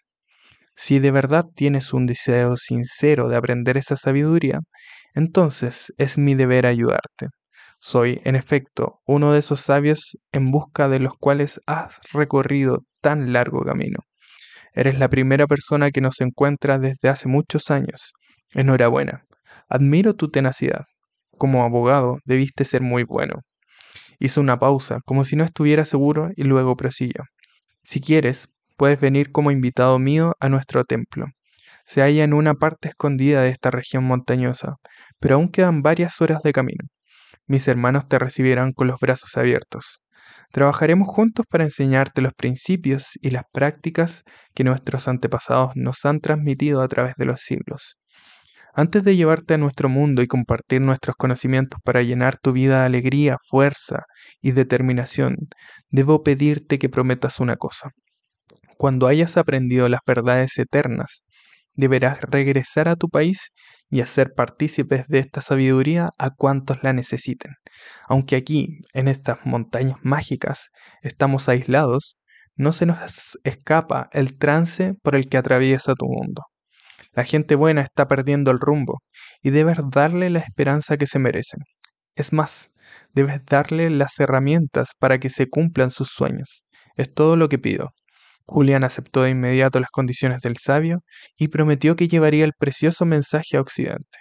si de verdad tienes un deseo sincero de aprender esa sabiduría, entonces es mi deber ayudarte. Soy, en efecto, uno de esos sabios en busca de los cuales has recorrido tan largo camino. Eres la primera persona que nos encuentra desde hace muchos años. Enhorabuena. Admiro tu tenacidad. Como abogado, debiste ser muy bueno. Hizo una pausa, como si no estuviera seguro, y luego prosiguió. Si quieres, puedes venir como invitado mío a nuestro templo. Se halla en una parte escondida de esta región montañosa, pero aún quedan varias horas de camino. Mis hermanos te recibirán con los brazos abiertos. Trabajaremos juntos para enseñarte los principios y las prácticas que nuestros antepasados nos han transmitido a través de los siglos. Antes de llevarte a nuestro mundo y compartir nuestros conocimientos para llenar tu vida de alegría, fuerza y determinación, debo pedirte que prometas una cosa. Cuando hayas aprendido las verdades eternas, deberás regresar a tu país y hacer partícipes de esta sabiduría a cuantos la necesiten. Aunque aquí, en estas montañas mágicas, estamos aislados, no se nos escapa el trance por el que atraviesa tu mundo. La gente buena está perdiendo el rumbo y debes darle la esperanza que se merecen. Es más, debes darle las herramientas para que se cumplan sus sueños. Es todo lo que pido. Julián aceptó de inmediato las condiciones del sabio y prometió que llevaría el precioso mensaje a Occidente.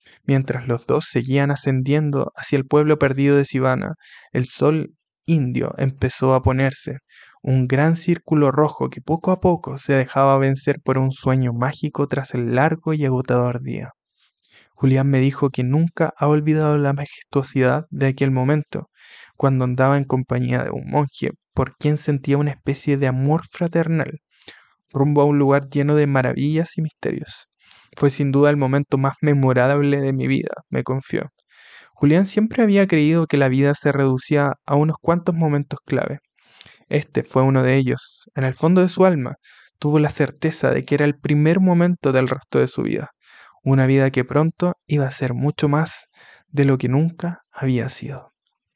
Mientras los dos seguían ascendiendo hacia el pueblo perdido de Sivana, el sol indio empezó a ponerse, un gran círculo rojo que poco a poco se dejaba vencer por un sueño mágico tras el largo y agotador día. Julián me dijo que nunca ha olvidado la majestuosidad de aquel momento, cuando andaba en compañía de un monje, por quien sentía una especie de amor fraternal, rumbo a un lugar lleno de maravillas y misterios. Fue sin duda el momento más memorable de mi vida, me confió. Julián siempre había creído que la vida se reducía a unos cuantos momentos clave. Este fue uno de ellos. En el fondo de su alma, tuvo la certeza de que era el primer momento del resto de su vida. Una vida que pronto iba a ser mucho más de lo que nunca había sido.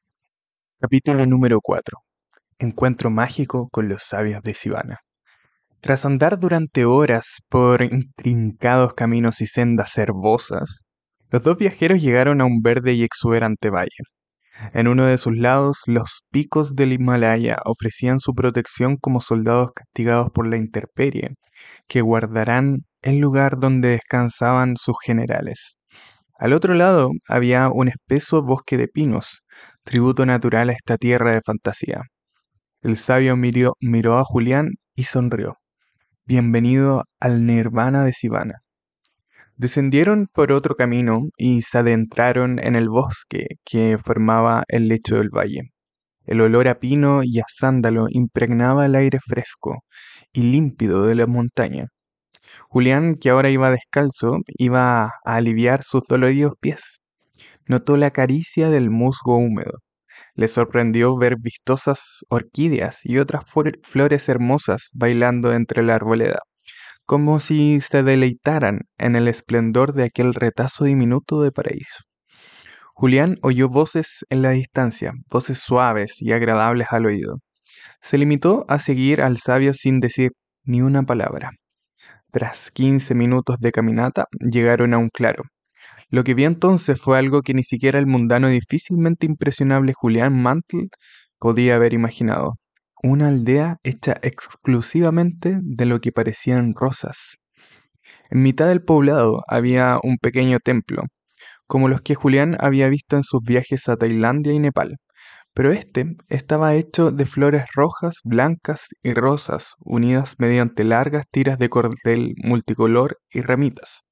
Capítulo número cuatro. Encuentro mágico con los sabios de Sivana. Tras andar durante horas por intrincados caminos y sendas herbosas, los dos viajeros llegaron a un verde y exuberante valle. En uno de sus lados, los picos del Himalaya ofrecían su protección como soldados castigados por la intemperie, que guardarán el lugar donde descansaban sus generales. Al otro lado había un espeso bosque de pinos, tributo natural a esta tierra de fantasía. El sabio miró, miró a Julián y sonrió. Bienvenido al Nirvana de Sivana. Descendieron por otro camino y se adentraron en el bosque que formaba el lecho del valle. El olor a pino y a sándalo impregnaba el aire fresco y límpido de la montaña. Julián, que ahora iba descalzo, iba a aliviar sus doloridos pies. Notó la caricia del musgo húmedo. Le sorprendió ver vistosas orquídeas y otras flores hermosas bailando entre la arboleda, como si se deleitaran en el esplendor de aquel retazo diminuto de paraíso. Julián oyó voces en la distancia, voces suaves y agradables al oído. Se limitó a seguir al sabio sin decir ni una palabra. Tras quince minutos de caminata, llegaron a un claro. Lo que vi entonces fue algo que ni siquiera el mundano y difícilmente impresionable Julián Mantle podía haber imaginado. Una aldea hecha exclusivamente de lo que parecían rosas. En mitad del poblado había un pequeño templo, como los que Julián había visto en sus viajes a Tailandia y Nepal, pero este estaba hecho de flores rojas, blancas y rosas, unidas mediante largas tiras de cordel multicolor y ramitas.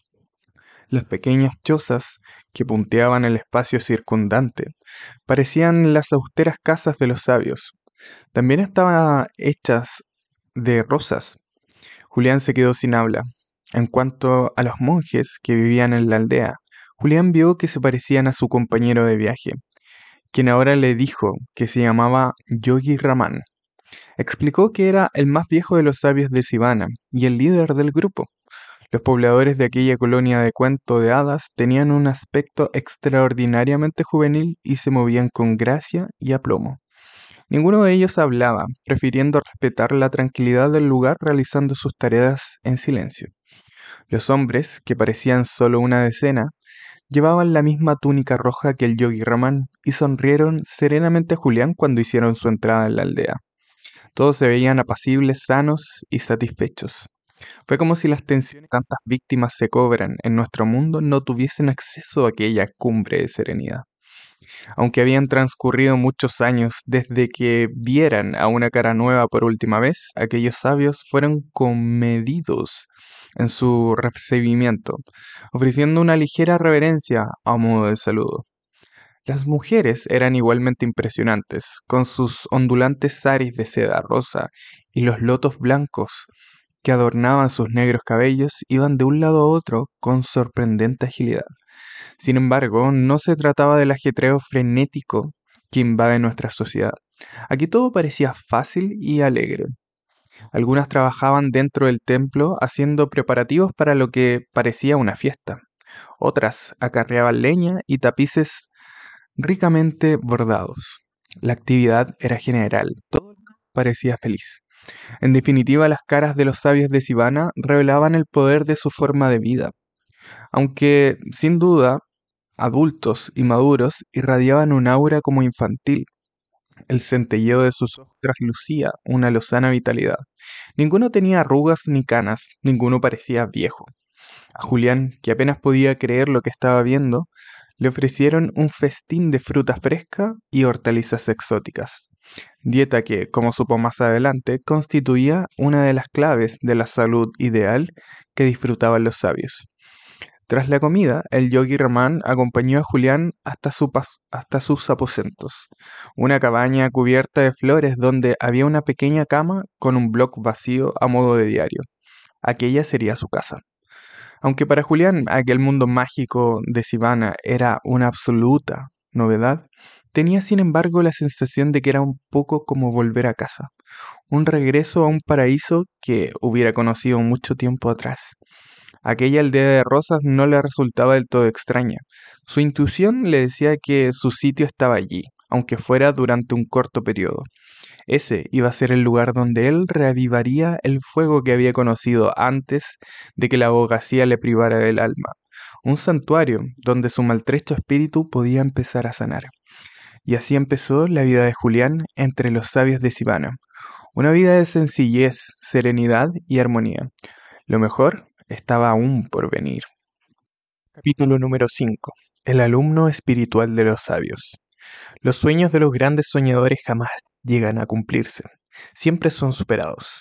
Las pequeñas chozas que punteaban el espacio circundante parecían las austeras casas de los sabios. También estaban hechas de rosas. Julián se quedó sin habla. En cuanto a los monjes que vivían en la aldea, Julián vio que se parecían a su compañero de viaje, quien ahora le dijo que se llamaba Yogi Raman. Explicó que era el más viejo de los sabios de Sivana y el líder del grupo. Los pobladores de aquella colonia de cuento de hadas tenían un aspecto extraordinariamente juvenil y se movían con gracia y aplomo. Ninguno de ellos hablaba, prefiriendo respetar la tranquilidad del lugar realizando sus tareas en silencio. Los hombres, que parecían solo una decena, llevaban la misma túnica roja que el Yogi Raman y sonrieron serenamente a Julián cuando hicieron su entrada en la aldea. Todos se veían apacibles, sanos y satisfechos. Fue como si las tensiones que tantas víctimas se cobran en nuestro mundo no tuviesen acceso a aquella cumbre de serenidad. Aunque habían transcurrido muchos años desde que vieran a una cara nueva por última vez, aquellos sabios fueron comedidos en su recibimiento, ofreciendo una ligera reverencia a modo de saludo. Las mujeres eran igualmente impresionantes, con sus ondulantes saris de seda rosa y los lotos blancos que adornaban sus negros cabellos iban de un lado a otro con sorprendente agilidad. Sin embargo, no se trataba del ajetreo frenético que invade nuestra sociedad. Aquí todo parecía fácil y alegre. Algunas trabajaban dentro del templo haciendo preparativos para lo que parecía una fiesta. Otras acarreaban leña y tapices ricamente bordados. La actividad era general, todo parecía feliz. En definitiva, las caras de los sabios de Sivana revelaban el poder de su forma de vida. Aunque, sin duda, adultos y maduros irradiaban un aura como infantil. El centelleo de sus ojos traslucía una lozana vitalidad. Ninguno tenía arrugas ni canas, ninguno parecía viejo. A Julián, que apenas podía creer lo que estaba viendo, le ofrecieron un festín de fruta fresca y hortalizas exóticas, dieta que, como supo más adelante, constituía una de las claves de la salud ideal que disfrutaban los sabios. Tras la comida, el yogi Ramán acompañó a Julián hasta, su pas- hasta sus aposentos, una cabaña cubierta de flores donde había una pequeña cama con un bloc vacío a modo de diario. Aquella sería su casa. Aunque para Julián aquel mundo mágico de Sivana era una absoluta novedad, tenía sin embargo la sensación de que era un poco como volver a casa, un regreso a un paraíso que hubiera conocido mucho tiempo atrás. Aquella aldea de rosas no le resultaba del todo extraña. Su intuición le decía que su sitio estaba allí, aunque fuera durante un corto periodo. Ese iba a ser el lugar donde él reavivaría el fuego que había conocido antes de que la abogacía le privara del alma. Un santuario donde su maltrecho espíritu podía empezar a sanar. Y así empezó la vida de Julián entre los sabios de Sivana. Una vida de sencillez, serenidad y armonía. Lo mejor estaba aún por venir. Capítulo número cinco. El alumno espiritual de los sabios. Los sueños de los grandes soñadores jamás llegan a cumplirse. Siempre son superados.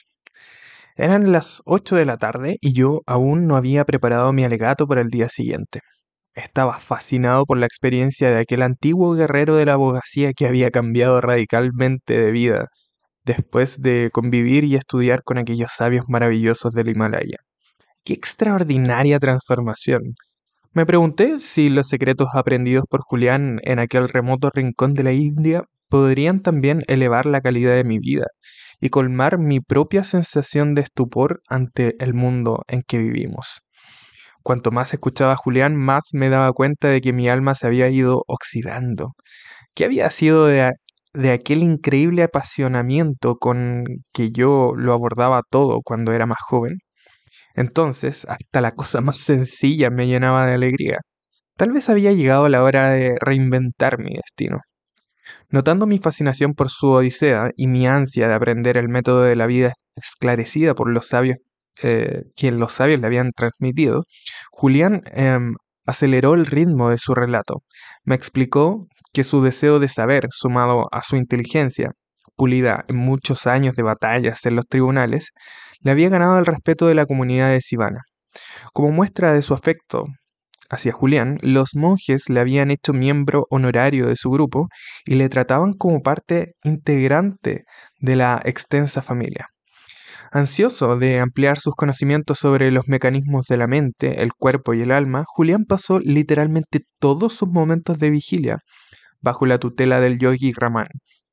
Eran las ocho de la tarde y yo aún no había preparado mi alegato para el día siguiente. Estaba fascinado por la experiencia de aquel antiguo guerrero de la abogacía que había cambiado radicalmente de vida después de convivir y estudiar con aquellos sabios maravillosos del Himalaya. ¡Qué extraordinaria transformación! Me pregunté si los secretos aprendidos por Julián en aquel remoto rincón de la India podrían también elevar la calidad de mi vida y colmar mi propia sensación de estupor ante el mundo en que vivimos. Cuanto más escuchaba a Julián, más me daba cuenta de que mi alma se había ido oxidando. ¿Qué había sido de, a- de aquel increíble apasionamiento con que yo lo abordaba todo cuando era más joven? Entonces, hasta la cosa más sencilla me llenaba de alegría. Tal vez había llegado la hora de reinventar mi destino. Notando mi fascinación por su Odisea y mi ansia de aprender el método de la vida esclarecida por los sabios, eh, que los sabios le habían transmitido, Julián em, aceleró el ritmo de su relato. Me explicó que su deseo de saber, sumado a su inteligencia, pulida en muchos años de batallas en los tribunales, le había ganado el respeto de la comunidad de Sivana. Como muestra de su afecto hacia Julián, los monjes le habían hecho miembro honorario de su grupo y le trataban como parte integrante de la extensa familia. Ansioso de ampliar sus conocimientos sobre los mecanismos de la mente, el cuerpo y el alma, Julián pasó literalmente todos sus momentos de vigilia bajo la tutela del yogi Ramán.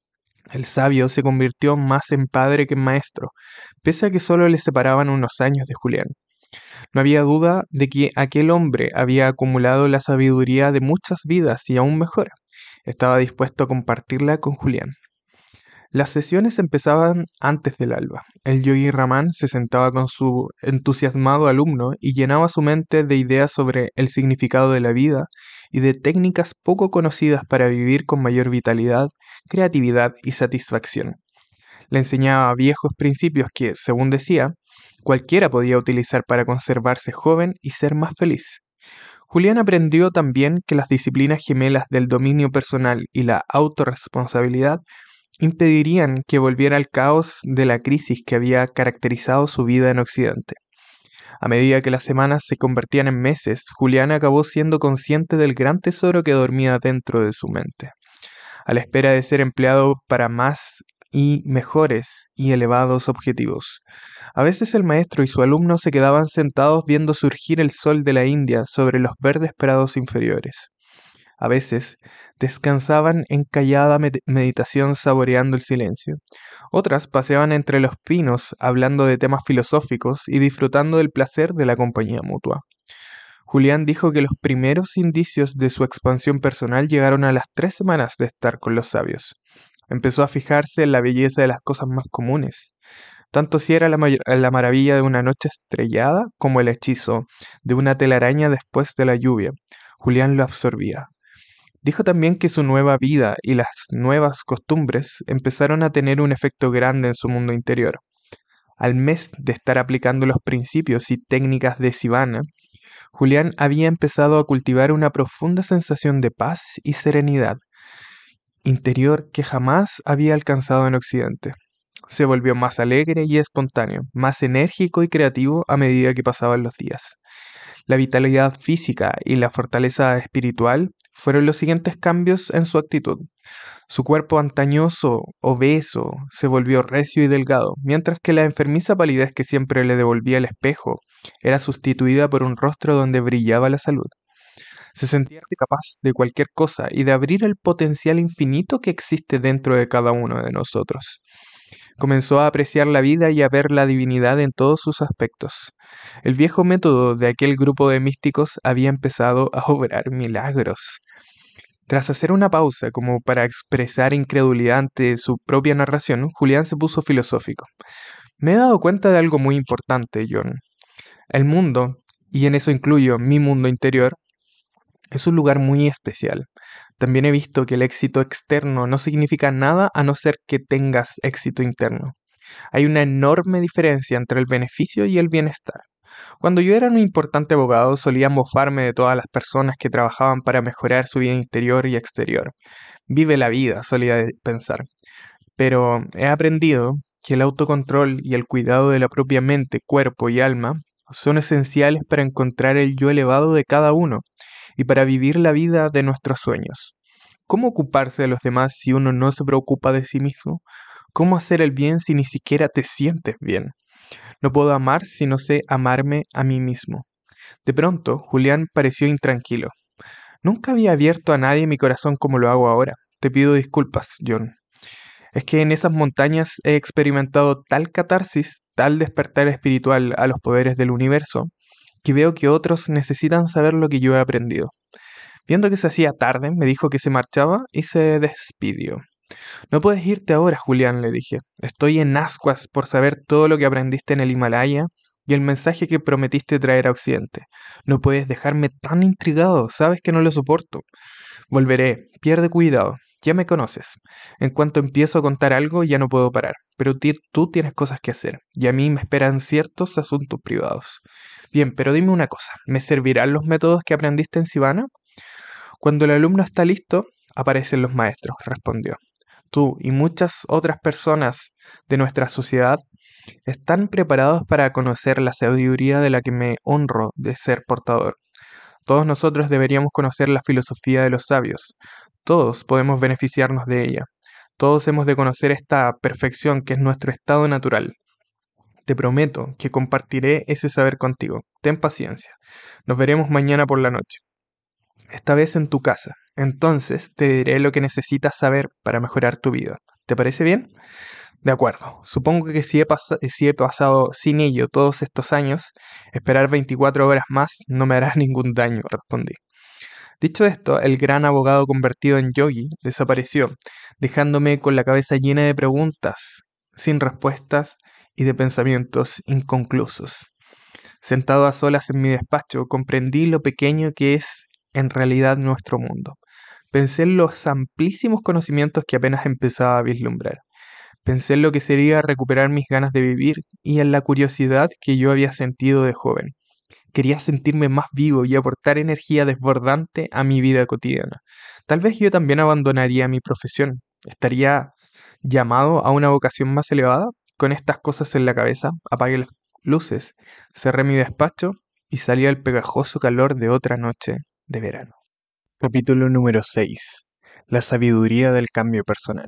El sabio se convirtió más en padre que en maestro, pese a que solo le separaban unos años de Julián. No había duda de que aquel hombre había acumulado la sabiduría de muchas vidas y aún mejor, estaba dispuesto a compartirla con Julián. Las sesiones empezaban antes del alba. El yogi Ramán se sentaba con su entusiasmado alumno y llenaba su mente de ideas sobre el significado de la vida y de técnicas poco conocidas para vivir con mayor vitalidad, creatividad y satisfacción. Le enseñaba viejos principios que, según decía, cualquiera podía utilizar para conservarse joven y ser más feliz. Julián aprendió también que las disciplinas gemelas del dominio personal y la autorresponsabilidad impedirían que volviera al caos de la crisis que había caracterizado su vida en Occidente. A medida que las semanas se convertían en meses, Julián acabó siendo consciente del gran tesoro que dormía dentro de su mente, a la espera de ser empleado para más y mejores y elevados objetivos. A veces el maestro y su alumno se quedaban sentados viendo surgir el sol de la India sobre los verdes prados inferiores. A veces descansaban en callada med- meditación saboreando el silencio. Otras paseaban entre los pinos hablando de temas filosóficos y disfrutando del placer de la compañía mutua. Julián dijo que los primeros indicios de su expansión personal llegaron a las tres semanas de estar con los sabios. Empezó a fijarse en la belleza de las cosas más comunes, tanto si era la, may- la maravilla de una noche estrellada como el hechizo de una telaraña después de la lluvia. Julián lo absorbía. Dijo también que su nueva vida y las nuevas costumbres empezaron a tener un efecto grande en su mundo interior. Al mes de estar aplicando los principios y técnicas de Sivana, Julián había empezado a cultivar una profunda sensación de paz y serenidad interior que jamás había alcanzado en Occidente. Se volvió más alegre y espontáneo, más enérgico y creativo a medida que pasaban los días. La vitalidad física y la fortaleza espiritual fueron los siguientes cambios en su actitud. Su cuerpo antañoso, obeso, se volvió recio y delgado, mientras que la enfermiza palidez que siempre le devolvía el espejo era sustituida por un rostro donde brillaba la salud. Se sentía capaz de cualquier cosa y de abrir el potencial infinito que existe dentro de cada uno de nosotros. Comenzó a apreciar la vida y a ver la divinidad en todos sus aspectos. El viejo método de aquel grupo de místicos había empezado a obrar milagros. Tras hacer una pausa como para expresar incredulidad ante su propia narración, Julián se puso filosófico. Me he dado cuenta de algo muy importante, John. El mundo, y en eso incluyo mi mundo interior, es un lugar muy especial. También he visto que el éxito externo no significa nada a no ser que tengas éxito interno. Hay una enorme diferencia entre el beneficio y el bienestar. Cuando yo era un importante abogado solía mofarme de todas las personas que trabajaban para mejorar su vida interior y exterior. Vive la vida, solía pensar. Pero he aprendido que el autocontrol y el cuidado de la propia mente, cuerpo y alma son esenciales para encontrar el yo elevado de cada uno y para vivir la vida de nuestros sueños. ¿Cómo ocuparse de los demás si uno no se preocupa de sí mismo? ¿Cómo hacer el bien si ni siquiera te sientes bien? No puedo amar si no sé amarme a mí mismo. De pronto, Julián pareció intranquilo. Nunca había abierto a nadie mi corazón como lo hago ahora. Te pido disculpas, John. Es que en esas montañas he experimentado tal catarsis, tal despertar espiritual a los poderes del universo, que veo que otros necesitan saber lo que yo he aprendido. Viendo que se hacía tarde, me dijo que se marchaba y se despidió. No puedes irte ahora, Julián, le dije. Estoy en ascuas por saber todo lo que aprendiste en el Himalaya y el mensaje que prometiste traer a Occidente. No puedes dejarme tan intrigado, sabes que no lo soporto. Volveré, pierde cuidado, ya me conoces. En cuanto empiezo a contar algo ya no puedo parar, pero ti- tú tienes cosas que hacer y a mí me esperan ciertos asuntos privados. Bien, pero dime una cosa, ¿me servirán los métodos que aprendiste en Sivana? Cuando el alumno está listo, aparecen los maestros, respondió. Tú y muchas otras personas de nuestra sociedad están preparados para conocer la sabiduría de la que me honro de ser portador. Todos nosotros deberíamos conocer la filosofía de los sabios. Todos podemos beneficiarnos de ella. Todos hemos de conocer esta perfección que es nuestro estado natural. Te prometo que compartiré ese saber contigo. Ten paciencia. Nos veremos mañana por la noche. Esta vez en tu casa. Entonces te diré lo que necesitas saber para mejorar tu vida. ¿Te parece bien? De acuerdo. Supongo que si he, pas- si he pasado sin ello todos estos años, esperar veinticuatro horas más no me hará ningún daño, respondí. Dicho esto, el gran abogado convertido en yogi desapareció, dejándome con la cabeza llena de preguntas, sin respuestas y de pensamientos inconclusos. Sentado a solas en mi despacho, comprendí lo pequeño que es en realidad nuestro mundo. Pensé en los amplísimos conocimientos que apenas empezaba a vislumbrar. Pensé en lo que sería recuperar mis ganas de vivir y en la curiosidad que yo había sentido de joven. Quería sentirme más vivo y aportar energía desbordante a mi vida cotidiana. Tal vez yo también abandonaría mi profesión. ¿Estaría llamado a una vocación más elevada? Con estas cosas en la cabeza, apagué las luces, cerré mi despacho y salí al pegajoso calor de otra noche de verano. Capítulo número seis. La sabiduría del cambio personal.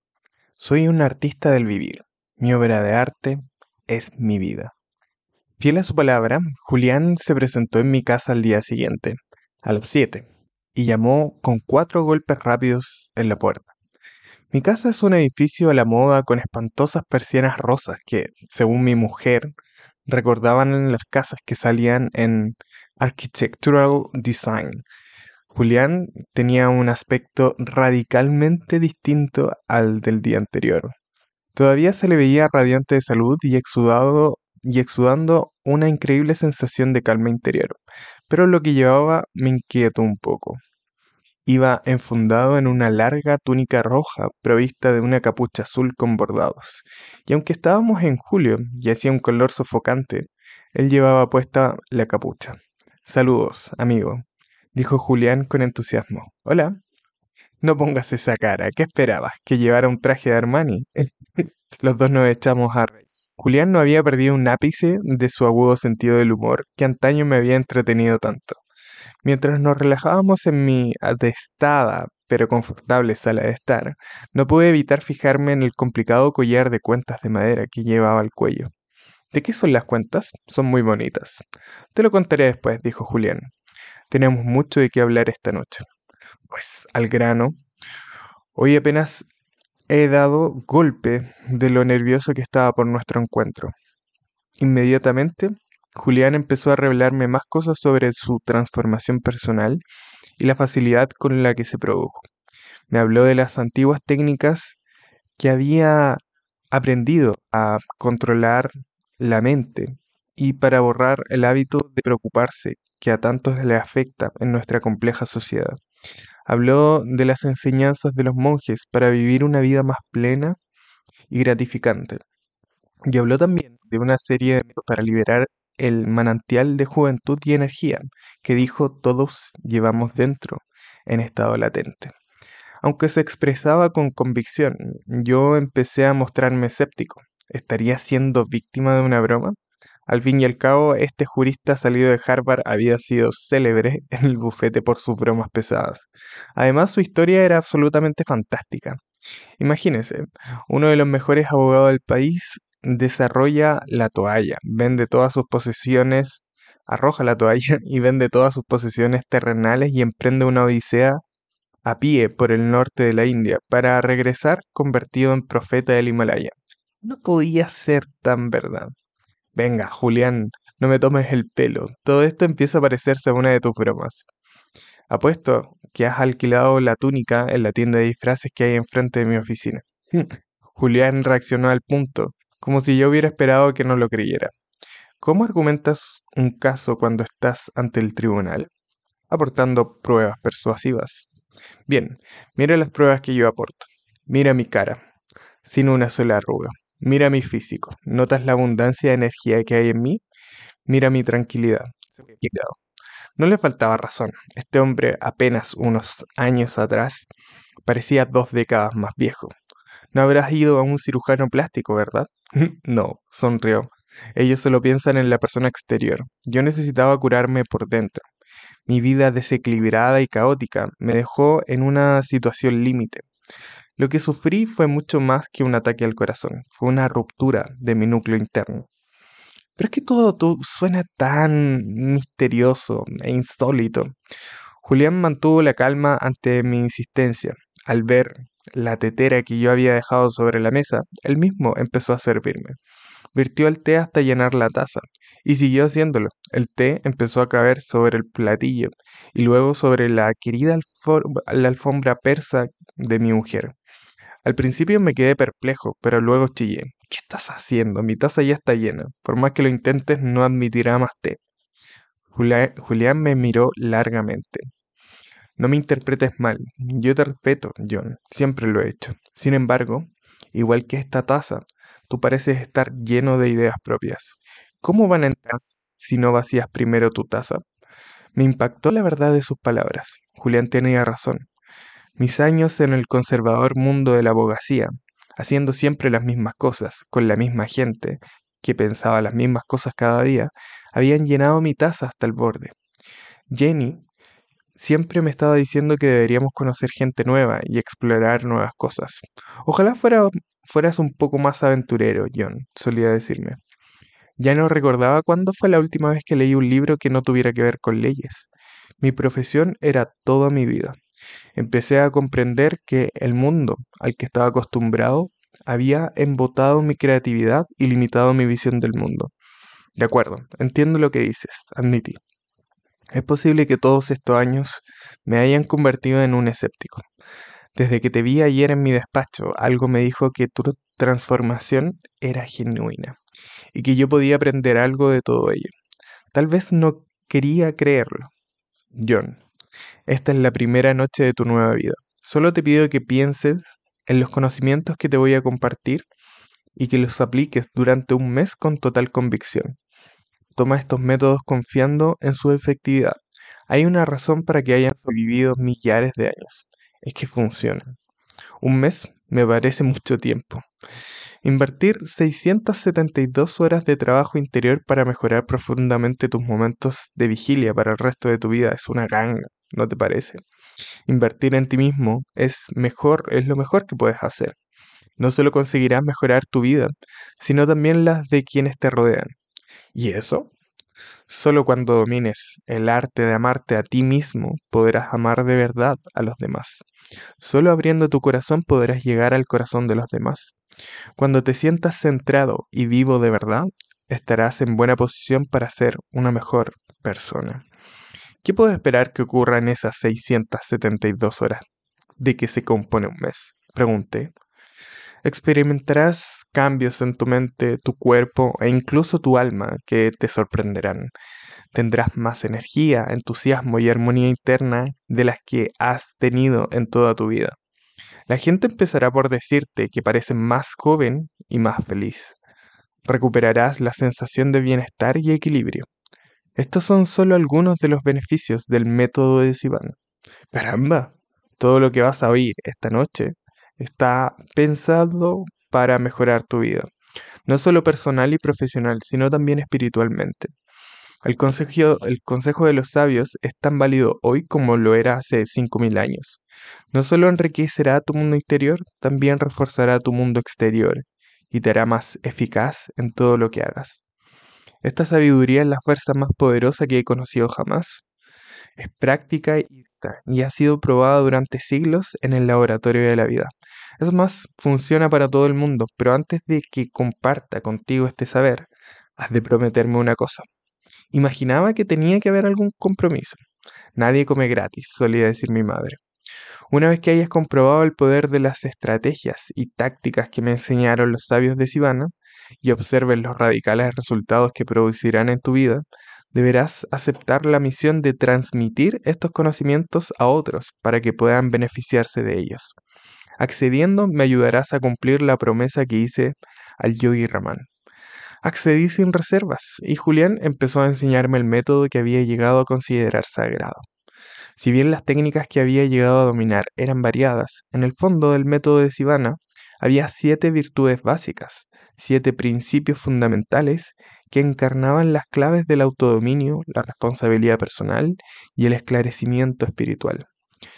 Soy un artista del vivir. Mi obra de arte es mi vida. Fiel a su palabra, Julián se presentó en mi casa al día siguiente, a las siete, y llamó con cuatro golpes rápidos en la puerta. Mi casa es un edificio a la moda con espantosas persianas rosas que, según mi mujer, recordaban las casas que salían en Architectural Design. Julián tenía un aspecto radicalmente distinto al del día anterior. Todavía se le veía radiante de salud y exudado y exudando una increíble sensación de calma interior, pero lo que llevaba me inquietó un poco. Iba enfundado en una larga túnica roja provista de una capucha azul con bordados, y aunque estábamos en julio y hacía un calor sofocante, él llevaba puesta la capucha. Saludos, amigo, dijo Julián con entusiasmo. Hola. No pongas esa cara, ¿qué esperabas? ¿Que llevara un traje de Armani? Los dos nos echamos a reír. Julián no había perdido un ápice de su agudo sentido del humor que antaño me había entretenido tanto. Mientras nos relajábamos en mi atestada pero confortable sala de estar, no pude evitar fijarme en el complicado collar de cuentas de madera que llevaba al cuello. ¿De qué son las cuentas? Son muy bonitas. Te lo contaré después, dijo Julián. Tenemos mucho de qué hablar esta noche. Pues al grano. Hoy apenas he dado golpe de lo nervioso que estaba por nuestro encuentro. Inmediatamente, Julián empezó a revelarme más cosas sobre su transformación personal y la facilidad con la que se produjo. Me habló de las antiguas técnicas que había aprendido a controlar la mente y para borrar el hábito de preocuparse que a tantos le afecta en nuestra compleja sociedad. Habló de las enseñanzas de los monjes para vivir una vida más plena y gratificante. Y habló también de una serie de métodos para liberar el manantial de juventud y energía que dijo todos llevamos dentro en estado latente. Aunque se expresaba con convicción, yo empecé a mostrarme escéptico. ¿Estaría siendo víctima de una broma? Al fin y al cabo, este jurista salido de Harvard había sido célebre en el bufete por sus bromas pesadas. Además, su historia era absolutamente fantástica. Imagínense, uno de los mejores abogados del país desarrolla la toalla, vende todas sus posesiones, arroja la toalla y vende todas sus posesiones terrenales y emprende una odisea a pie por el norte de la India para regresar convertido en profeta del Himalaya. No podía ser tan verdad. Venga, Julián, no me tomes el pelo. Todo esto empieza a parecerse a una de tus bromas. Apuesto que has alquilado la túnica en la tienda de disfraces que hay enfrente de mi oficina. Julián reaccionó al punto, como si yo hubiera esperado que no lo creyera. ¿Cómo argumentas un caso cuando estás ante el tribunal? Aportando pruebas persuasivas. Bien, mira las pruebas que yo aporto. Mira mi cara, sin una sola arruga. Mira mi físico. ¿Notas la abundancia de energía que hay en mí? Mira mi tranquilidad. No le faltaba razón. Este hombre, apenas unos años atrás, parecía dos décadas más viejo. No habrás ido a un cirujano plástico, ¿verdad? No, sonrió. Ellos solo piensan en la persona exterior. Yo necesitaba curarme por dentro. Mi vida desequilibrada y caótica me dejó en una situación límite. Lo que sufrí fue mucho más que un ataque al corazón. Fue una ruptura de mi núcleo interno. Pero es que todo, todo suena tan misterioso e insólito. Julián mantuvo la calma ante mi insistencia. Al ver la tetera que yo había dejado sobre la mesa, él mismo empezó a servirme. Virtió el té hasta llenar la taza, y siguió haciéndolo. El té empezó a caer sobre el platillo, y luego sobre la querida alfor- la alfombra persa de mi mujer. Al principio me quedé perplejo, pero luego chillé. ¿Qué estás haciendo? Mi taza ya está llena. Por más que lo intentes, no admitirá más té. Julia- Julián me miró largamente. No me interpretes mal. Yo te respeto, John. Siempre lo he hecho. Sin embargo, igual que esta taza, tú pareces estar lleno de ideas propias. ¿Cómo van a entrar si no vacías primero tu taza? Me impactó la verdad de sus palabras. Julián tenía razón. Mis años en el conservador mundo de la abogacía, haciendo siempre las mismas cosas, con la misma gente, que pensaba las mismas cosas cada día, habían llenado mi taza hasta el borde. Jenny siempre me estaba diciendo que deberíamos conocer gente nueva y explorar nuevas cosas. Ojalá fuera, fueras un poco más aventurero, John, solía decirme. Ya no recordaba cuándo fue la última vez que leí un libro que no tuviera que ver con leyes. Mi profesión era toda mi vida. Empecé a comprender que el mundo al que estaba acostumbrado había embotado mi creatividad y limitado mi visión del mundo. De acuerdo, entiendo lo que dices, admití. Es posible que todos estos años me hayan convertido en un escéptico. Desde que te vi ayer en mi despacho, algo me dijo que tu transformación era genuina y que yo podía aprender algo de todo ello. Tal vez no quería creerlo. John, Esta es la primera noche de tu nueva vida. Solo te pido que pienses en los conocimientos que te voy a compartir y que los apliques durante un mes con total convicción. Toma estos métodos confiando en su efectividad. Hay una razón para que hayan sobrevivido millares de años. Es que funcionan. Un mes me parece mucho tiempo. Invertir seiscientas setenta y dos horas de trabajo interior para mejorar profundamente tus momentos de vigilia para el resto de tu vida es una ganga, ¿no te parece? Invertir en ti mismo es mejor, es lo mejor que puedes hacer. No solo conseguirás mejorar tu vida, sino también las de quienes te rodean. ¿Y eso? Solo cuando domines el arte de amarte a ti mismo podrás amar de verdad a los demás. Solo abriendo tu corazón podrás llegar al corazón de los demás. Cuando te sientas centrado y vivo de verdad, estarás en buena posición para ser una mejor persona. ¿Qué puedo esperar que ocurra en esas seiscientas setenta y dos horas de que se compone un mes? Pregunté. Experimentarás cambios en tu mente, tu cuerpo e incluso tu alma que te sorprenderán. Tendrás más energía, entusiasmo y armonía interna de las que has tenido en toda tu vida. La gente empezará por decirte que pareces más joven y más feliz. Recuperarás la sensación de bienestar y equilibrio. Estos son solo algunos de los beneficios del método de Sivan. Caramba, todo lo que vas a oír esta noche está pensado para mejorar tu vida, no solo personal y profesional, sino también espiritualmente. El consejo, el consejo de los sabios es tan válido hoy como lo era hace cinco mil años. No solo enriquecerá tu mundo interior, también reforzará tu mundo exterior y te hará más eficaz en todo lo que hagas. Esta sabiduría es la fuerza más poderosa que he conocido jamás. Es práctica y, y ha sido probada durante siglos en el laboratorio de la vida. Es más, funciona para todo el mundo, pero antes de que comparta contigo este saber, has de prometerme una cosa. Imaginaba que tenía que haber algún compromiso. Nadie come gratis, solía decir mi madre. Una vez que hayas comprobado el poder de las estrategias y tácticas que me enseñaron los sabios de Sivana y observes los radicales resultados que producirán en tu vida, deberás aceptar la misión de transmitir estos conocimientos a otros para que puedan beneficiarse de ellos. Accediendo, me ayudarás a cumplir la promesa que hice al Yogi Raman. Accedí sin reservas y Julián empezó a enseñarme el método que había llegado a considerar sagrado. Si bien las técnicas que había llegado a dominar eran variadas, en el fondo del método de Sivana había siete virtudes básicas, siete principios fundamentales que encarnaban las claves del autodominio, la responsabilidad personal y el esclarecimiento espiritual.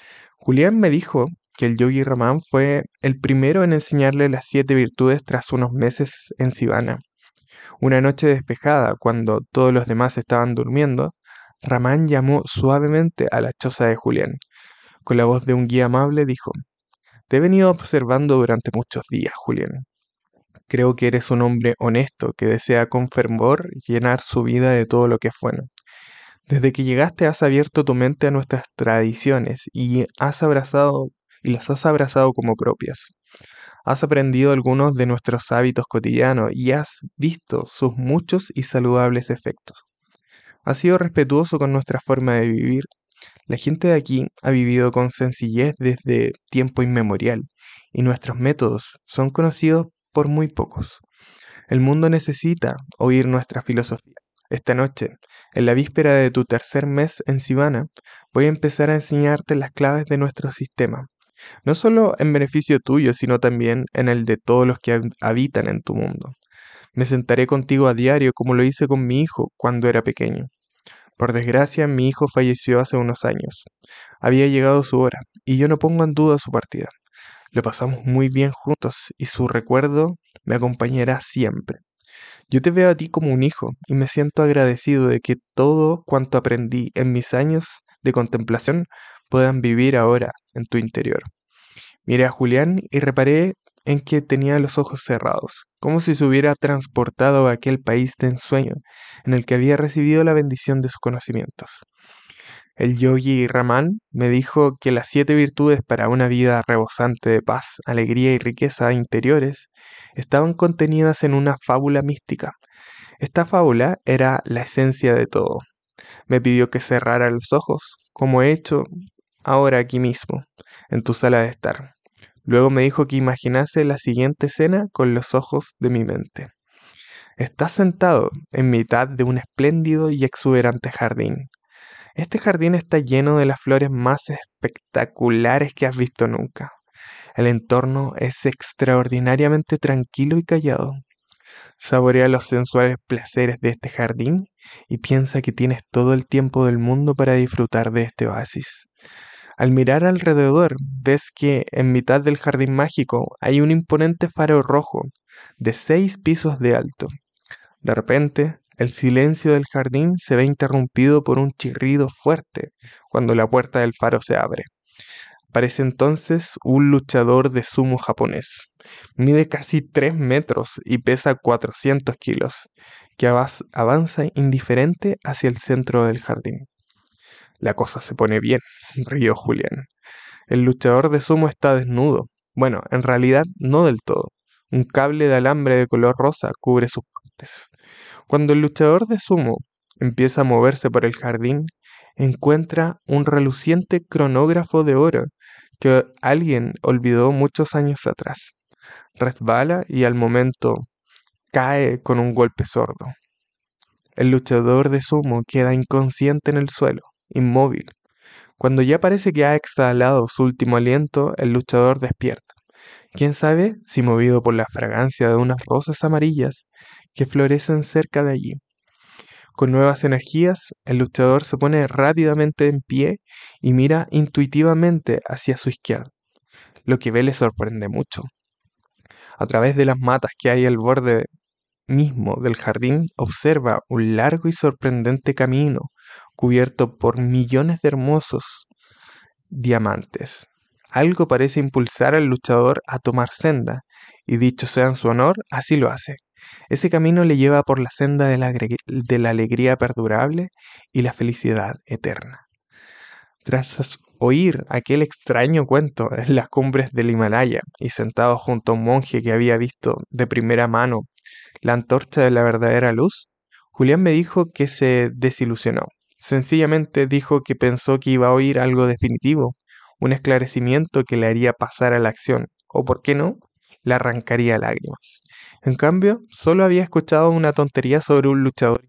Julián me dijo que el Yogi Raman fue el primero en enseñarle las siete virtudes tras unos meses en Sivana. Una noche despejada, cuando todos los demás estaban durmiendo, Ramán llamó suavemente a la choza de Julián. Con la voz de un guía amable dijo: Te he venido observando durante muchos días, Julián. Creo que eres un hombre honesto que desea con fervor llenar su vida de todo lo que es bueno. Desde que llegaste has abierto tu mente a nuestras tradiciones y has abrazado y las has abrazado como propias. Has aprendido algunos de nuestros hábitos cotidianos y has visto sus muchos y saludables efectos. Has sido respetuoso con nuestra forma de vivir. La gente de aquí ha vivido con sencillez desde tiempo inmemorial y nuestros métodos son conocidos por muy pocos. El mundo necesita oír nuestra filosofía. Esta noche, en la víspera de tu tercer mes en Sivana, voy a empezar a enseñarte las claves de nuestro sistema. No solo en beneficio tuyo, sino también en el de todos los que habitan en tu mundo. Me sentaré contigo a diario como lo hice con mi hijo cuando era pequeño. Por desgracia, mi hijo falleció hace unos años. Había llegado su hora, y yo no pongo en duda su partida. Lo pasamos muy bien juntos, y su recuerdo me acompañará siempre. Yo te veo a ti como un hijo, y me siento agradecido de que todo cuanto aprendí en mis años de contemplación puedan vivir ahora en tu interior. Miré a Julián y reparé en que tenía los ojos cerrados, como si se hubiera transportado a aquel país de ensueño en el que había recibido la bendición de sus conocimientos. El yogi Raman me dijo que las siete virtudes para una vida rebosante de paz, alegría y riqueza interiores estaban contenidas en una fábula mística. Esta fábula era la esencia de todo. Me pidió que cerrara los ojos, como he hecho ahora aquí mismo, en tu sala de estar. Luego me dijo que imaginase la siguiente escena con los ojos de mi mente. Estás sentado en mitad de un espléndido y exuberante jardín. Este jardín está lleno de las flores más espectaculares que has visto nunca. El entorno es extraordinariamente tranquilo y callado. Saborea los sensuales placeres de este jardín y piensa que tienes todo el tiempo del mundo para disfrutar de este oasis. Al mirar alrededor, ves que en mitad del jardín mágico hay un imponente faro rojo de seis pisos de alto. De repente, el silencio del jardín se ve interrumpido por un chirrido fuerte cuando la puerta del faro se abre. Aparece entonces un luchador de sumo japonés. Mide casi tres metros y pesa cuatrocientos kilos, que avanza indiferente hacia el centro del jardín. La cosa se pone bien, rió Julián. El luchador de sumo está desnudo. Bueno, en realidad no del todo. Un cable de alambre de color rosa cubre sus partes. Cuando el luchador de sumo empieza a moverse por el jardín, encuentra un reluciente cronógrafo de oro que alguien olvidó muchos años atrás. Resbala y al momento cae con un golpe sordo. El luchador de sumo queda inconsciente en el suelo, inmóvil. Cuando ya parece que ha exhalado su último aliento, el luchador despierta. ¿Quién sabe si movido por la fragancia de unas rosas amarillas que florecen cerca de allí? Con nuevas energías, el luchador se pone rápidamente en pie y mira intuitivamente hacia su izquierda. Lo que ve le sorprende mucho. A través de las matas que hay al borde mismo del jardín, observa un largo y sorprendente camino cubierto por millones de hermosos diamantes. Algo parece impulsar al luchador a tomar senda, y dicho sea en su honor, así lo hace. Ese camino le lleva por la senda de la, de la alegría perdurable y la felicidad eterna. Tras oír aquel extraño cuento en las cumbres del Himalaya y sentado junto a un monje que había visto de primera mano la antorcha de la verdadera luz, Julián me dijo que se desilusionó. Sencillamente dijo que pensó que iba a oír algo definitivo, un esclarecimiento que le haría pasar a la acción, o por qué no, le arrancaría lágrimas. En cambio, solo había escuchado una tontería sobre un luchador.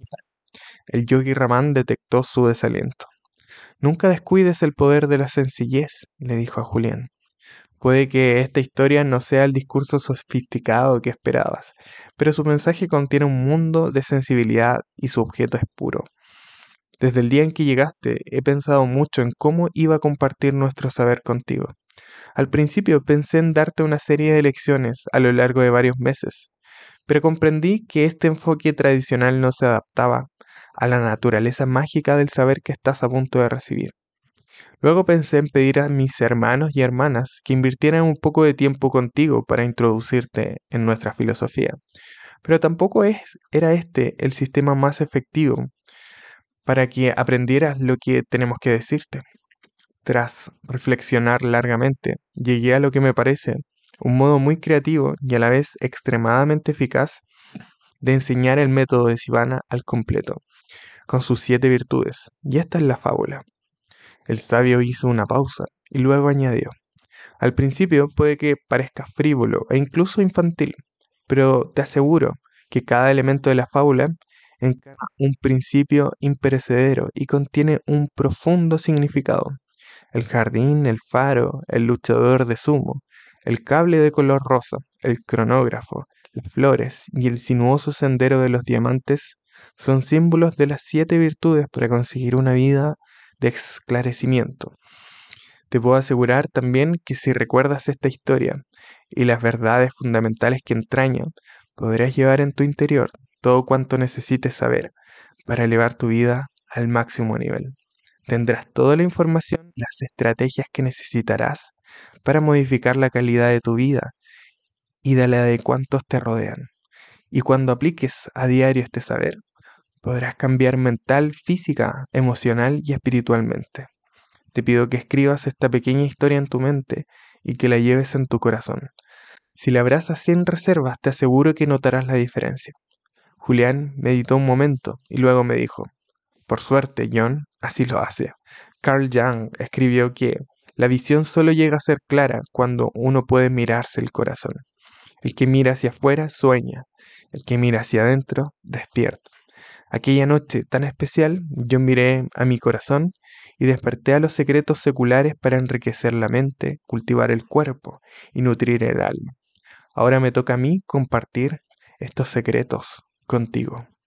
El yogi Ramán detectó su desaliento. Nunca descuides el poder de la sencillez, le dijo a Julián. Puede que esta historia no sea el discurso sofisticado que esperabas, pero su mensaje contiene un mundo de sensibilidad y su objeto es puro. Desde el día en que llegaste he pensado mucho en cómo iba a compartir nuestro saber contigo. Al principio pensé en darte una serie de lecciones a lo largo de varios meses, pero comprendí que este enfoque tradicional no se adaptaba a la naturaleza mágica del saber que estás a punto de recibir. Luego pensé en pedir a mis hermanos y hermanas que invirtieran un poco de tiempo contigo para introducirte en nuestra filosofía, pero tampoco es, era este el sistema más efectivo para que aprendieras lo que tenemos que decirte. Tras reflexionar largamente, llegué a lo que me parece un modo muy creativo y a la vez extremadamente eficaz de enseñar el método de Sivana al completo, con sus siete virtudes. Y esta es la fábula. El sabio hizo una pausa y luego añadió: al principio puede que parezca frívolo e incluso infantil, pero te aseguro que cada elemento de la fábula encarna un principio imperecedero y contiene un profundo significado. El jardín, el faro, el luchador de sumo, el cable de color rosa, el cronógrafo, las flores y el sinuoso sendero de los diamantes son símbolos de las siete virtudes para conseguir una vida de esclarecimiento. Te puedo asegurar también que si recuerdas esta historia y las verdades fundamentales que entraña, podrás llevar en tu interior todo cuanto necesites saber para elevar tu vida al máximo nivel. Tendrás toda la información y las estrategias que necesitarás para modificar la calidad de tu vida y de la de cuantos te rodean. Y cuando apliques a diario este saber, podrás cambiar mental, física, emocional y espiritualmente. Te pido que escribas esta pequeña historia en tu mente y que la lleves en tu corazón. Si la abrazas sin reservas, te aseguro que notarás la diferencia. Julián meditó un momento y luego me dijo: por suerte, John, así lo hace. Carl Jung escribió que la visión solo llega a ser clara cuando uno puede mirarse el corazón. El que mira hacia afuera sueña, el que mira hacia adentro despierta. Aquella noche tan especial yo miré a mi corazón y desperté a los secretos seculares para enriquecer la mente, cultivar el cuerpo y nutrir el alma. Ahora me toca a mí compartir estos secretos contigo.